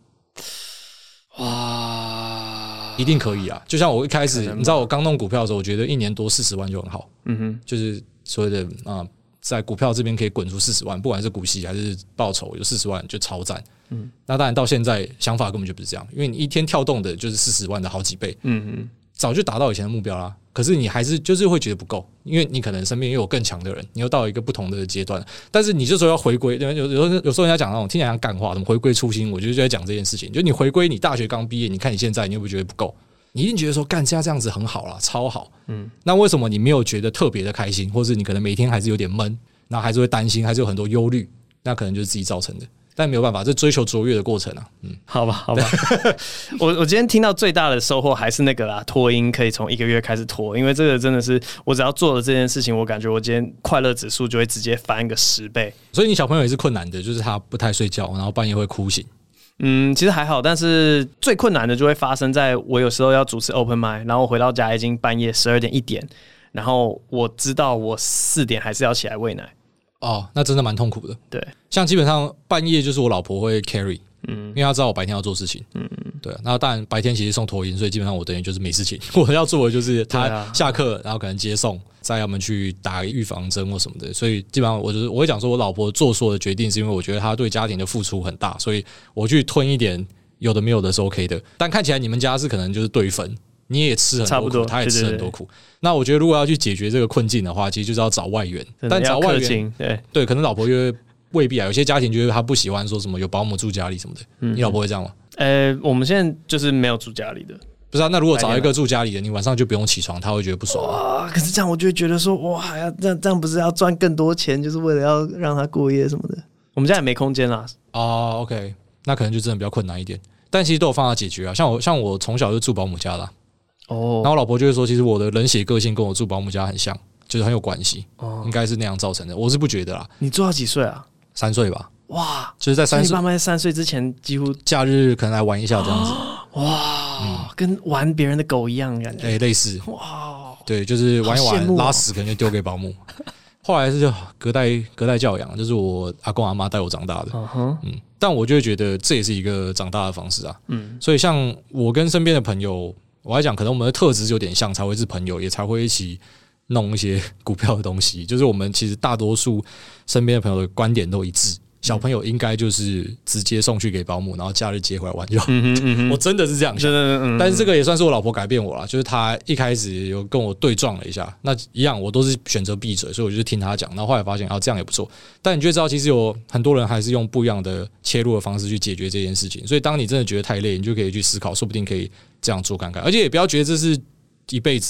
哇，一定可以啊！就像我一开始，你知道我刚弄股票的时候，我觉得一年多四十万就很好，嗯哼，就是所谓的啊。呃在股票这边可以滚出四十万，不管是股息还是报酬，有四十万就超赞。嗯，那当然到现在想法根本就不是这样，因为你一天跳动的就是四十万的好几倍。嗯嗯，早就达到以前的目标啦。可是你还是就是会觉得不够，因为你可能身边又有更强的人，你又到了一个不同的阶段。但是你就说要回归，有有有有时候人家讲那种听起来像干话，怎么回归初心？我就在讲这件事情，就你回归你大学刚毕业，你看你现在，你会不会觉得不够？你一定觉得说干现在这样子很好啦，超好。嗯，那为什么你没有觉得特别的开心，或是你可能每天还是有点闷？然后还是会担心，还是有很多忧虑，那可能就是自己造成的。但没有办法，这追求卓越的过程啊。嗯， 好吧，好吧。我我今天听到最大的收获还是那个啦，脱音可以从一个月开始脱，因为这个真的是我只要做了这件事情，我感觉我今天快乐指数就会直接翻个十倍。 所以你小朋友也是困难的，就是他不太睡觉，然后半夜会哭醒。 嗯，其实还好，但是最困难的就会发生在我有时候要主持 open mic， 然后我回到家已经半夜十二点一点。然后我知道我四点还是要起来喂奶， 哦，那真的蛮痛苦的。 对， 像基本上半夜就是我老婆会 carry， 嗯，因为她知道我白天要做事情，嗯嗯，对。那当然白天其实送托婴，所以基本上我等于就是没事情。我要做的就是她下课，然后可能接送，再要么去打预防针或什么的。所以基本上我就是我会讲说，我老婆做所有的决定，是因为我觉得她对家庭的付出很大，所以我去吞一点有的没有的是 OK 的。但看起来你们家是可能就是对分。你也吃很多苦，他也吃很多苦。对对对，那我觉得，如果要去解决这个困境的话，其实就是要找外援。但找外援， 对对，可能老婆又未必啊。有些家庭觉得他不喜欢说什么有保姆住家里什么的。嗯、你老婆会这样吗？ 呃，我们现在就是没有住家里的。 不是啊，那如果找一个住家里的，你晚上就不用起床，他会觉得不爽、啊。 哇，可是这样我就会觉得说，哇，要这样这样不是要赚更多钱，就是为了要让他过夜什么的。我们家也没空间啦。 哦 ，OK， 那可能就真的比较困难一点。但其实都有方法解决啊。像我，像我从小就住保姆家啦。哦，然后我老婆就会说，其实我的冷血个性跟我住保姆家很像，就是很有关系，哦，应该是那样造成的。我是不觉得啦。 你住到几岁啊？ 三岁吧。 哇， 就是在三岁， 你爸妈在三岁之前几乎假日可能来玩一下这样子。 哇，嗯、跟玩别人的狗一样感觉。 哎、欸，类似。哇，对，就是玩一玩，哦、拉屎可能就丢给保姆。后来是就隔代隔代教养，就是我阿公阿妈带我长大的。Uh-huh. 嗯，但我就会觉得这也是一个长大的方式啊。嗯，所以像我跟身边的朋友。我来讲，可能我们的特质有点像，才会是朋友，也才会一起弄一些股票的东西。就是我们其实大多数身边的朋友的观点都一致，小朋友应该就是直接送去给保姆，然后假日接回来玩就好。嗯嗯、我真的是这样想，嗯、但是这个也算是我老婆改变我了，就是她一开始有跟我对撞了一下，那一样我都是选择闭嘴，所以我就听她讲，然后后来发现啊这样也不错。但你就知道，其实有很多人还是用不一样的切入的方式去解决这件事情。所以当你真的觉得太累，你就可以去思考，说不定可以这样做看看。而且也不要觉得这是一辈子啊。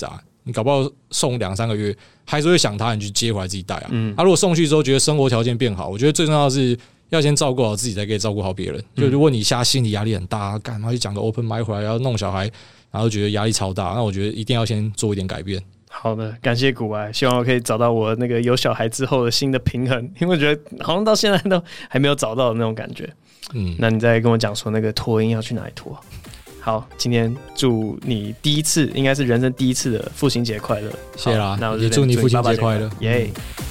你搞不好送两三个月，还是会想他，你去接回来自己带啊。嗯，他、啊、如果送去之后觉得生活条件变好，我觉得最重要的是要先照顾好自己，才可以照顾好别人。就如果你现在心理压力很大，干嘛去讲个 open mic 回来要弄小孩，然后觉得压力超大，那我觉得一定要先做一点改变。 好的，感谢古埃，希望我可以找到我那个有小孩之后的新的平衡，因为我觉得好像到现在都还没有找到的那种感觉。嗯，那你再跟我讲说那个托婴要去哪里托？好，今天祝你第一次，应该是人生第一次的父亲节快乐， 谢啦，那也祝你父亲节快乐， 耶！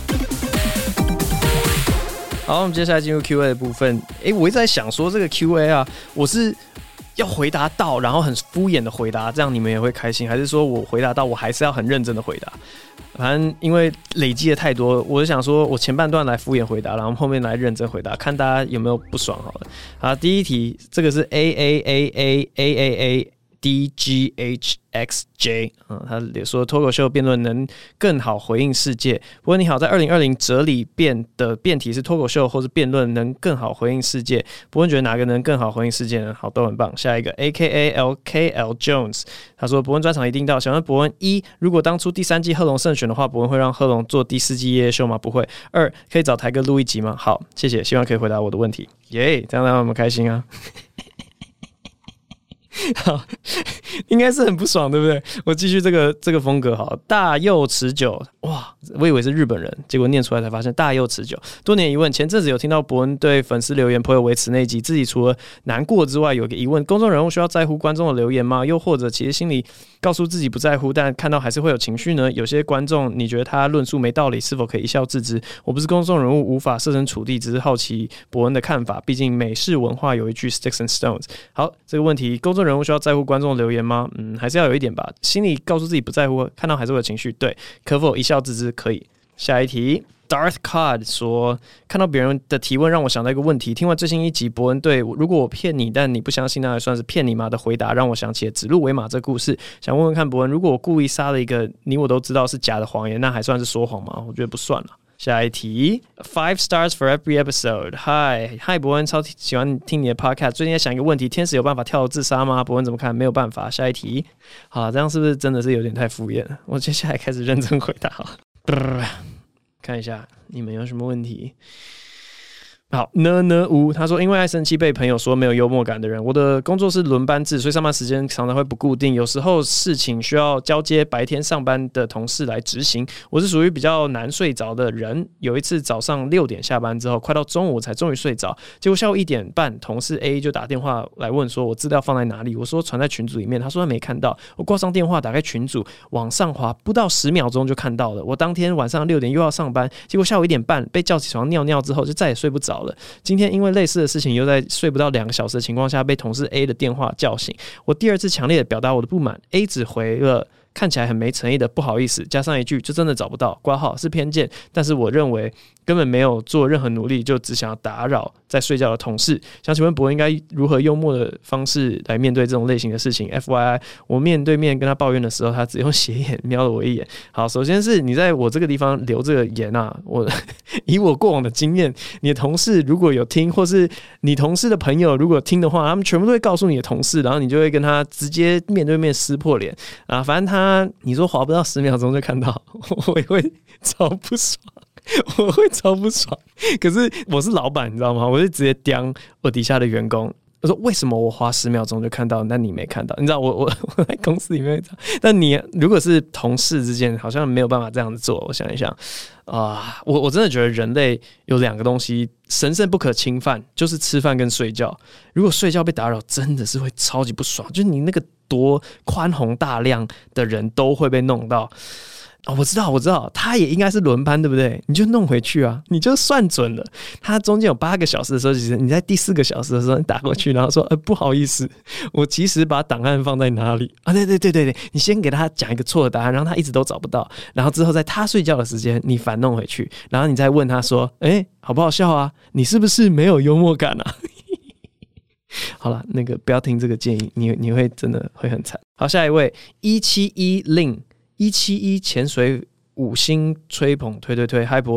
好，我们接下来进入 Q A 的部分。哎、欸，我一直在想说这个 Q A 啊，我是要回答到，然后很敷衍的回答，这样你们也会开心？还是说我回答到，我还是要很认真的回答？反正因为累积的太多，我就想说我前半段来敷衍回答，然后后面来认真回答，看大家有没有不爽好了。好，第一题，这个是 A A A A A A A D G H X J， 嗯，他也说脱口秀辩论能更好回应世界。不过你好，在二零二零哲理辩的辩题是脱口秀或是辩论能更好回应世界。伯恩觉得哪个能更好回应世界呢？好，都很棒。下一个 A K A L K L Jones， 他说伯恩专场一定到。想问伯恩一，如果当初第三季贺龙胜选的话，伯恩会让贺龙做第四季夜夜秀吗？不会。二，可以找台哥录一集吗？好，谢谢，希望可以回答我的问题。耶、yeah, ，这样让我们开心啊。好，应该是很不爽，对不对？我继续这个这个风格好，大佑持久，哇，我以为是日本人，结果念出来才发现大佑持久。多年疑问，前阵子有听到伯恩对粉丝留言颇有微词那一集，自己除了难过之外，有一个疑问：公众人物需要在乎观众的留言吗？又或者其实心里告诉自己不在乎，但看到还是会有情绪呢？有些观众你觉得他论述没道理，是否可以一笑置之？我不是公众人物，无法设身处地，只是好奇伯恩的看法。毕竟美式文化有一句 sticks and stones。好，这个问题，公众人物需要在乎观众留言吗？嗯，还是要有一点吧。心里告诉自己不在乎，看到还是会有情绪。对，可否一笑置之？可以。下一题 ，Darth Cod 说，看到别人的提问让我想到一个问题。听完最新一集伯恩对如果我骗你，但你不相信，那还算是骗你吗的回答，让我想起了指鹿为马这故事。想问问看伯恩，如果我故意撒了一个你我都知道是假的谎言，那还算是说谎吗？我觉得不算了。下一题 ，Five stars for every episode。Hi Hi 伯恩，超喜欢听你的 podcast。最近在想一个问题：天使有办法跳楼自杀吗？伯恩怎么看？没有办法。下一题，好，这样是不是真的是有点太敷衍了？我接下来开始认真回答好了。看一下你们有什么问题。好，呢呢呜，他说因为爱生气被朋友说没有幽默感的人。我的工作是轮班制，所以上班时间常常会不固定，有时候事情需要交接白天上班的同事来执行。我是属于比较难睡着的人。有一次早上六点下班之后，快到中午才终于睡着，结果下午一点半，同事 A 就打电话来问说我资料放在哪里。我说传在群组里面，他说他没看到。我挂上电话，打开群组往上滑，不到十秒钟就看到了。我当天晚上六点又要上班，结果下午一点半被叫起床尿尿之后，就再也睡不着了。今天因为类似的事情，又在睡不到两个小时的情况下，被同事 A 的电话叫醒。我第二次强烈的表达我的不满 ，A 只回了看起来很没诚意的不好意思，加上一句就真的找不到，括号是偏见，但是我认为根本没有做任何努力，就只想要打扰在睡觉的同事。想请问伯恩应该如何幽默的方式来面对这种类型的事情 ？F Y I， 我面对面跟他抱怨的时候，他只用斜眼瞄了我一眼。好，首先是你在我这个地方留这个言啊，我以我过往的经验，你的同事如果有听，或是你同事的朋友如果听的话，他们全部都会告诉你的同事，然后你就会跟他直接面对面撕破脸啊。反正他你说滑不到十秒钟就看到，我也会超不爽。我会超不爽，可是我是老板，你知道吗？我就直接刁我底下的员工，我说为什么我花十秒钟就看到，那你没看到？你知道我我我在公司里面，但你如果是同事之间，好像没有办法这样子做。我想一想啊，我我真的觉得人类有两个东西神圣不可侵犯，就是吃饭跟睡觉。如果睡觉被打扰，真的是会超级不爽，就是你那个多宽宏大量的人都会被弄到。哦，我知道，我知道，他也应该是轮班，对不对？你就弄回去啊，你就算准了。他中间有八个小时的时候，其实你在第四个小时的时候，你打过去，然后说：“呃，不好意思，我其实把档案放在哪里啊？”对对对对对，你先给他讲一个错的答案，让他一直都找不到，然后之后在他睡觉的时间，你反弄回去，然后你再问他说：“哎，好不好笑啊？你是不是没有幽默感啊？”好了，那个不要听这个建议，你你会真的会很惨。好，下一位一七一零。一七一潜水五星吹捧推推推，嗨伯恩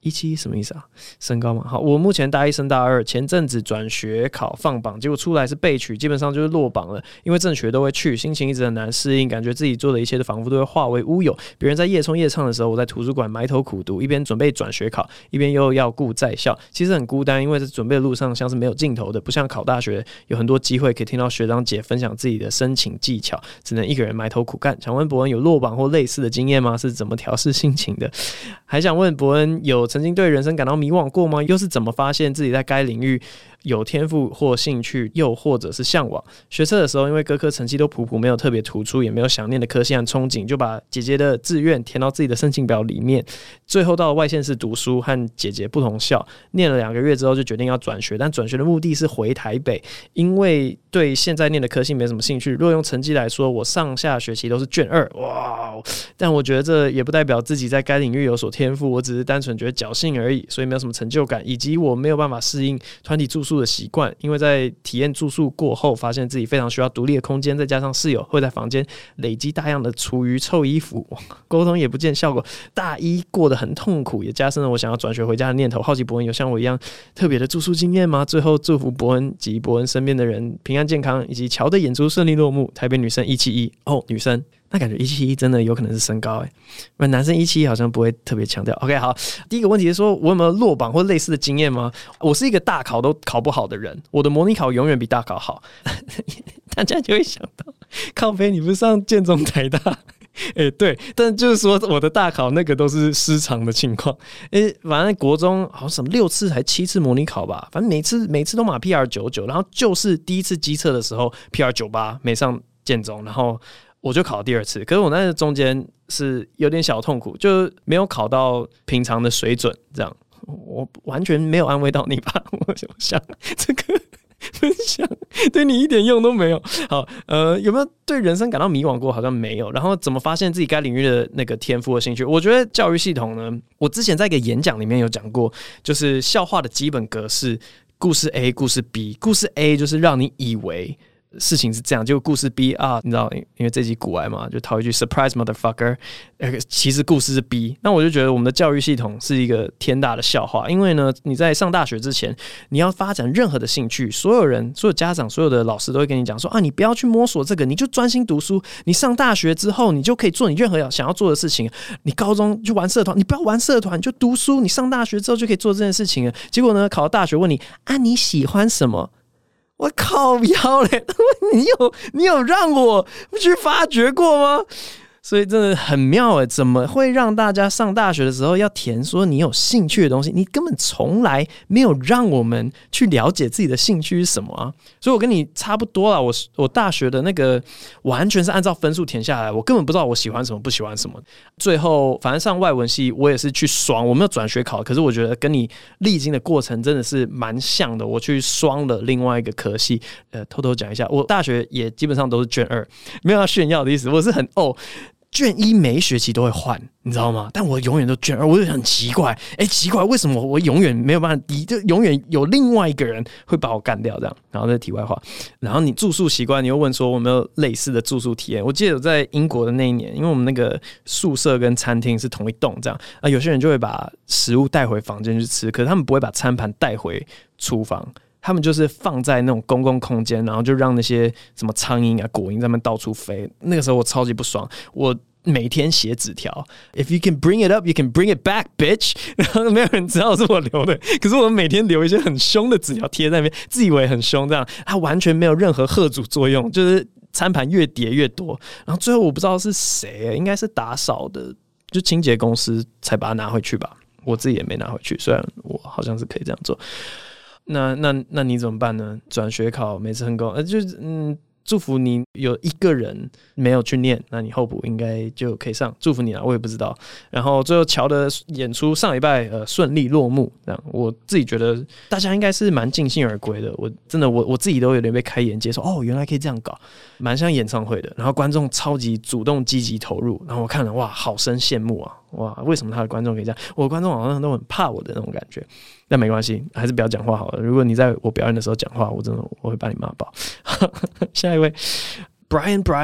一七一什么意思啊？身高嘛。好，我目前大一升大二，前阵子转学考放榜，结果出来是备取，基本上就是落榜了。因为正学都会去，心情一直很难适应，感觉自己做的一切都仿佛都会化为乌有。别人在夜冲夜唱的时候，我在图书馆埋头苦读，一边准备转学考，一边又要顾在校，其实很孤单，因为在准备的路上像是没有尽头的，不像考大学有很多机会可以听到学长姐分享自己的申请技巧，只能一个人埋头苦干。想问伯恩有落榜或类似的经验吗？是怎么调试心情的？还想问伯恩有曾经对人生感到迷惘过吗？又是怎么发现自己在该领域有天赋或兴趣，又或者是向往？学测的时候，因为各科成绩都普普，没有特别突出，也没有想念的科系和憧憬，就把姐姐的志愿填到自己的申请表里面。最后到了外县市读书，和姐姐不同校，念了两个月之后就决定要转学，但转学的目的是回台北，因为对现在念的科系没什么兴趣。若用成绩来说，我上下学期都是卷二，哇！但我觉得这也不代表自己在该领域有所天赋，我只是单纯觉得侥幸而已，所以没有什么成就感，以及我没有办法适应团体住宿的习惯，因为在体验住宿过后，发现自己非常需要独立的空间，再加上室友会在房间累积大量的厨余臭衣服，沟通也不见效果，大一过得很痛苦，也加深了我想要转学回家的念头。好奇伯恩有像我一样特别的住宿经验吗？最后祝福伯恩及伯恩身边的人平安健康，以及乔的演出顺利落幕。台北女生一七一哦，女生。那感觉一七一真的有可能是身高哎，不然男生一七一好像不会特别强调。OK， 好，第一个问题是说我有没有落榜或类似的经验吗？我是一个大考都考不好的人，我的模拟考永远比大考好。大家就会想到，靠北你不是上建中台大？哎、欸，对，但就是说我的大考那个都是失常的情况。哎、欸，反正国中好像什么六次还七次模拟考吧，反正每次每次都马 P R 九十九，然后就是第一次基测的时候 P R 九十八没上建中，然后我就考第二次，可是我那中间是有点小痛苦，就没有考到平常的水准，这样我完全没有安慰到你吧？我想这个分享对你一点用都没有。好，呃，有没有对人生感到迷惘过？好像没有。然后怎么发现自己该领域的那个天赋和兴趣？我觉得教育系统呢，我之前在一个演讲里面有讲过，就是笑话的基本格式：故事 A， 故事 B。故事 A 就是让你以为事情是这样，结果故事 B 啊，你知道，因为这集古癌嘛，就套一句 surprise motherfucker， 其实故事是 B。那我就觉得我们的教育系统是一个天大的笑话，因为呢，你在上大学之前，你要发展任何的兴趣，所有人、所有家长、所有的老师都会跟你讲说啊，你不要去摸索这个，你就专心读书。你上大学之后，你就可以做你任何想要做的事情。你高中就玩社团，你不要玩社团，你就读书。你上大学之后就可以做这件事情了。结果呢，考到大学问你啊，你喜欢什么？我靠腰嘞！你有你有让我去发掘过吗？所以真的很妙哎，怎么会让大家上大学的时候要填说你有兴趣的东西？你根本从来没有让我们去了解自己的兴趣是什么啊！所以我跟你差不多啦，我我大学的那个完全是按照分数填下来，我根本不知道我喜欢什么不喜欢什么。最后反正上外文系我也是去双，我没有转学考，可是我觉得跟你历经的过程真的是蛮像的。我去双了另外一个科系，呃，偷偷讲一下，我大学也基本上都是卷二，没有要炫耀的意思，我是很哦。卷一每一学期都会换，你知道吗？但我永远都卷二，我就很奇怪，哎、欸，奇怪，为什么我永远没有办法低？就永远有另外一个人会把我干掉，这样。然后这是题外话。然后你住宿习惯，你又问说我有没有类似的住宿体验？我记得我在英国的那一年，因为我们那个宿舍跟餐厅是同一栋，这样啊，有些人就会把食物带回房间去吃，可是他们不会把餐盘带回厨房。他们就是放在那种公共空间，然后就让那些什么苍蝇啊、果蝇在那边到处飞。那个时候我超级不爽，我每天写纸条 ，If you can bring it up, you can bring it back, bitch。然后没有人知道是我留的，可是我每天留一些很凶的纸条贴在那边，自以为很凶，这样它完全没有任何吓阻作用，就是餐盘越叠越多。然后最后我不知道是谁、欸，应该是打扫的，就清洁公司才把它拿回去吧。我自己也没拿回去，虽然我好像是可以这样做。那那那你怎么办呢？转学考没成功，呃，就是嗯，祝福你有一个人没有去念，那你候补应该就可以上，祝福你啦，我也不知道。然后最后乔的演出上礼拜呃顺利落幕，这样我自己觉得大家应该是蛮尽兴而归的。我真的我我自己都有点被开眼界，说哦原来可以这样搞，蛮像演唱会的。然后观众超级主动积极投入，然后我看了哇，好生羡慕啊！哇，为什么他的观众可以这样？我的观众好像都很怕我的那种感觉。但没关系，还是不要讲话好了。如果你在我表演的时候讲话，我真的我会把你骂爆。下一位 ，Brian Brian，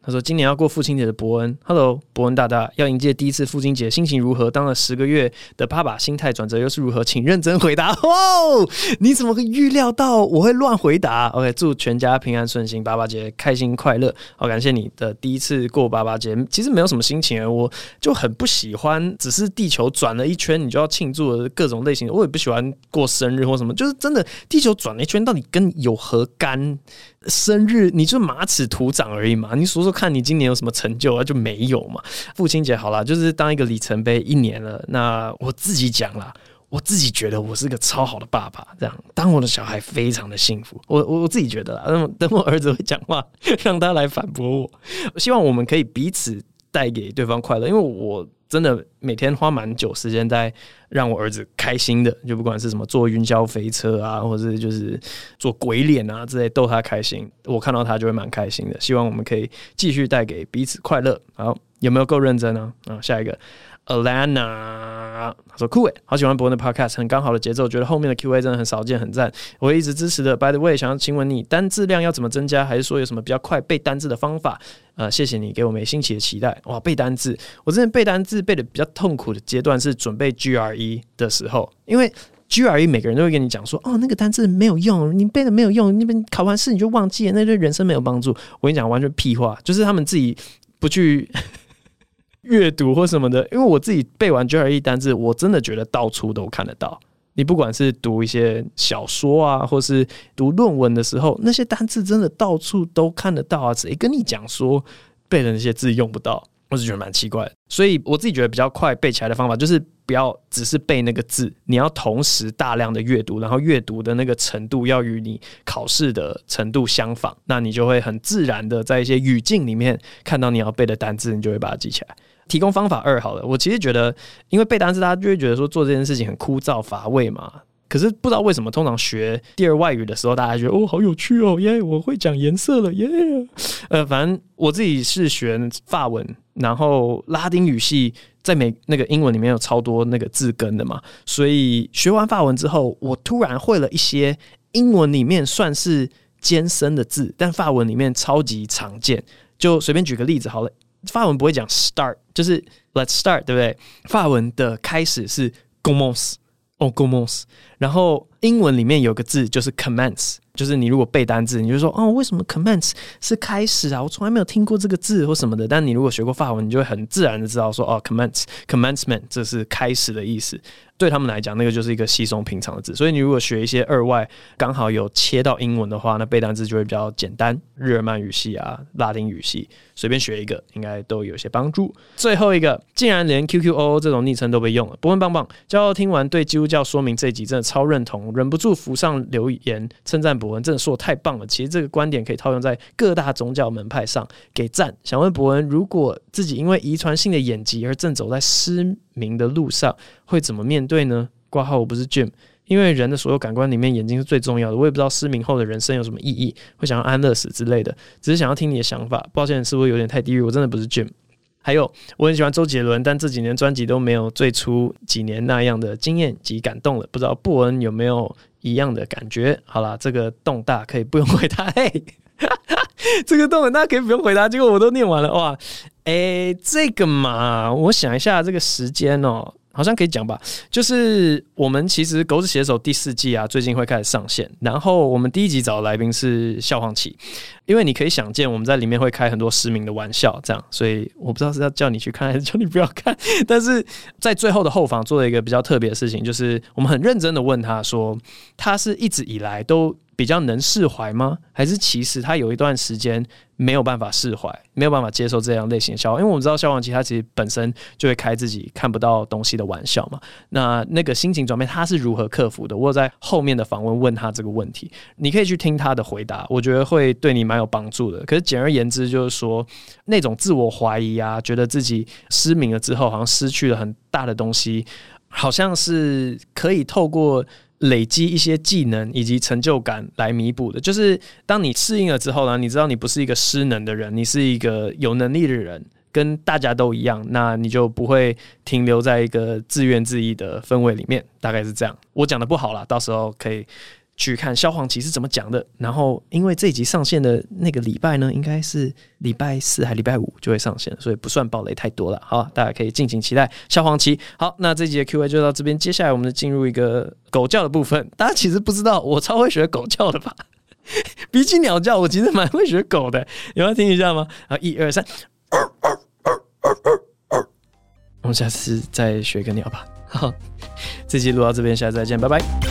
他说今年要过父亲节的伯恩 ，Hello， 伯恩大大，要迎接第一次父亲节，心情如何？当了十个月的爸爸，心态转折又是如何？请认真回答。哇，你怎么会预料到我会乱回答 ？OK， 祝全家平安顺心，爸爸节开心快乐。好，感谢你的第一次过爸爸节，其实没有什么心情，我就很不喜欢，只是地球转了一圈你就要庆祝的各种类型的，我也不喜欢过生日或什么，就是真的地球转了一圈，到底跟有何干？生日你就马齿土长而已嘛，你说说看你今年有什么成就啊？就没有嘛。父亲节好啦，就是当一个里程碑，一年了。那我自己讲啦，我自己觉得我是个超好的爸爸，这样当我的小孩非常的幸福。我我我自己觉得啦，等我儿子会讲话，让他来反驳我。我希望我们可以彼此带给对方快乐，因为我真的每天花蛮久时间在让我儿子开心的，就不管是什么坐云霄飞车啊，或者就是做鬼脸啊之类，逗他开心，我看到他就会蛮开心的。希望我们可以继续带给彼此快乐。好，有没有够认真呢？啊，下一个 Alana， 他说酷诶，好喜欢伯恩的 podcast， 很刚好的节奏，觉得后面的 Q A 真的很少见，很赞，我会一直支持的。By the way， 想要请问你单字量要怎么增加，还是说有什么比较快背单字的方法？呃，谢谢你给我们新奇的期待。哇，背单字，我之前背单字背的比较痛苦的阶段是准备 G R E 的时候，因为 G R E 每个人都会跟你讲说，哦，那个单字没有用，你背的没有用，你考完试你就忘记了，那对人生没有帮助。我跟你讲，完全屁话，就是他们自己不去阅读或什么的。因为我自己背完 G R E 单字，我真的觉得到处都看得到。你不管是读一些小说啊，或是读论文的时候，那些单字真的到处都看得到啊，谁跟你讲说背的那些字用不到？我是觉得蛮奇怪的。所以我自己觉得比较快背起来的方法，就是不要只是背那个字，你要同时大量的阅读，然后阅读的那个程度要与你考试的程度相仿，那你就会很自然的在一些语境里面看到你要背的单字，你就会把它记起来。提供方法二好了，我其实觉得，因为背单词，大家就会觉得说做这件事情很枯燥乏味嘛。可是不知道为什么，通常学第二外语的时候，大家觉得哦好有趣哦，耶，我会讲颜色了耶。呃，反正我自己是学法文，然后拉丁语系在美那个英文里面有超多那个字根的嘛，所以学完法文之后，我突然会了一些英文里面算是艰深的字，但法文里面超级常见。就随便举个例子好了。法文不会讲 start， 就是 let's start， 对不对？法文的开始是 commence， 哦 commence， 然后英文里面有个字就是 commence， 就是你如果背单字，你就说哦，为什么 commence 是开始啊？我从来没有听过这个字或什么的。但你如果学过法文，你就会很自然的知道说哦 commence commencement 这是开始的意思。对他们来讲，那个就是一个稀松平常的字。所以你如果学一些二外刚好有切到英文的话，那背单字就会比较简单。日耳曼语系啊，拉丁语系，随便学一个应该都有一些帮助。最后一个，竟然连 Q Q O O 这种昵称都被用了，伯恩棒棒！骄傲听完对基督教说明这一集真的超认同，忍不住浮上留言称赞伯恩，真的说得太棒了。其实这个观点可以套用在各大宗教门派上，给赞。想问伯恩，如果自己因为遗传性的眼疾而正走在失明的路上，会怎么面对呢？括号我不是 Jim， 因为人的所有感官里面眼睛是最重要的，我也不知道失明后的人生有什么意义，会想要安乐死之类的，只是想要听你的想法。抱歉，是不是有点太地狱？我真的不是 Jim。还有，我很喜欢周杰伦，但这几年专辑都没有最初几年那样的惊艳及感动了。不知道伯恩有没有一样的感觉？好啦，这个洞大可以不用回答。嘿，这个洞很大可以不用回答，结果我都念完了哇！哎，这个嘛，我想一下这个时间哦。好像可以讲吧，就是我们其实狗子写手第四季啊，最近会开始上线。然后我们第一集找的来宾是笑黄旗，因为你可以想见我们在里面会开很多失明的玩笑，这样，所以我不知道是要叫你去看还是叫你不要看。但是在最后的后访做了一个比较特别的事情，就是我们很认真的问他说，他是一直以来都比较能释怀吗？还是其实他有一段时间没有办法释怀，没有办法接受这样类型的笑话？因为我们知道萧煌奇他其实本身就会开自己看不到东西的玩笑嘛。那那个心情转变他是如何克服的？我有在后面的访问问他这个问题，你可以去听他的回答，我觉得会对你蛮有帮助的。可是简而言之就是说，那种自我怀疑啊，觉得自己失明了之后好像失去了很大的东西，好像是可以透过累积一些技能以及成就感来弥补的。就是当你适应了之后呢，你知道你不是一个失能的人，你是一个有能力的人，跟大家都一样，那你就不会停留在一个自怨自艾的氛围里面，大概是这样。我讲的不好啦，到时候可以去看萧煌奇是怎么讲的。然后因为这一集上线的那个礼拜呢，应该是礼拜四还礼拜五就会上线，所以不算爆雷太多了。好，大家可以敬请期待萧煌奇。好，那这一集的 Q A 就到这边，接下来我们进入一个狗叫的部分。大家其实不知道，我超会学狗叫的吧？比起鸟叫，我其实蛮会学狗的。有要听一下吗？好，一二三，我们下次再学个鸟吧。好，这集录到这边，下次再见，拜拜。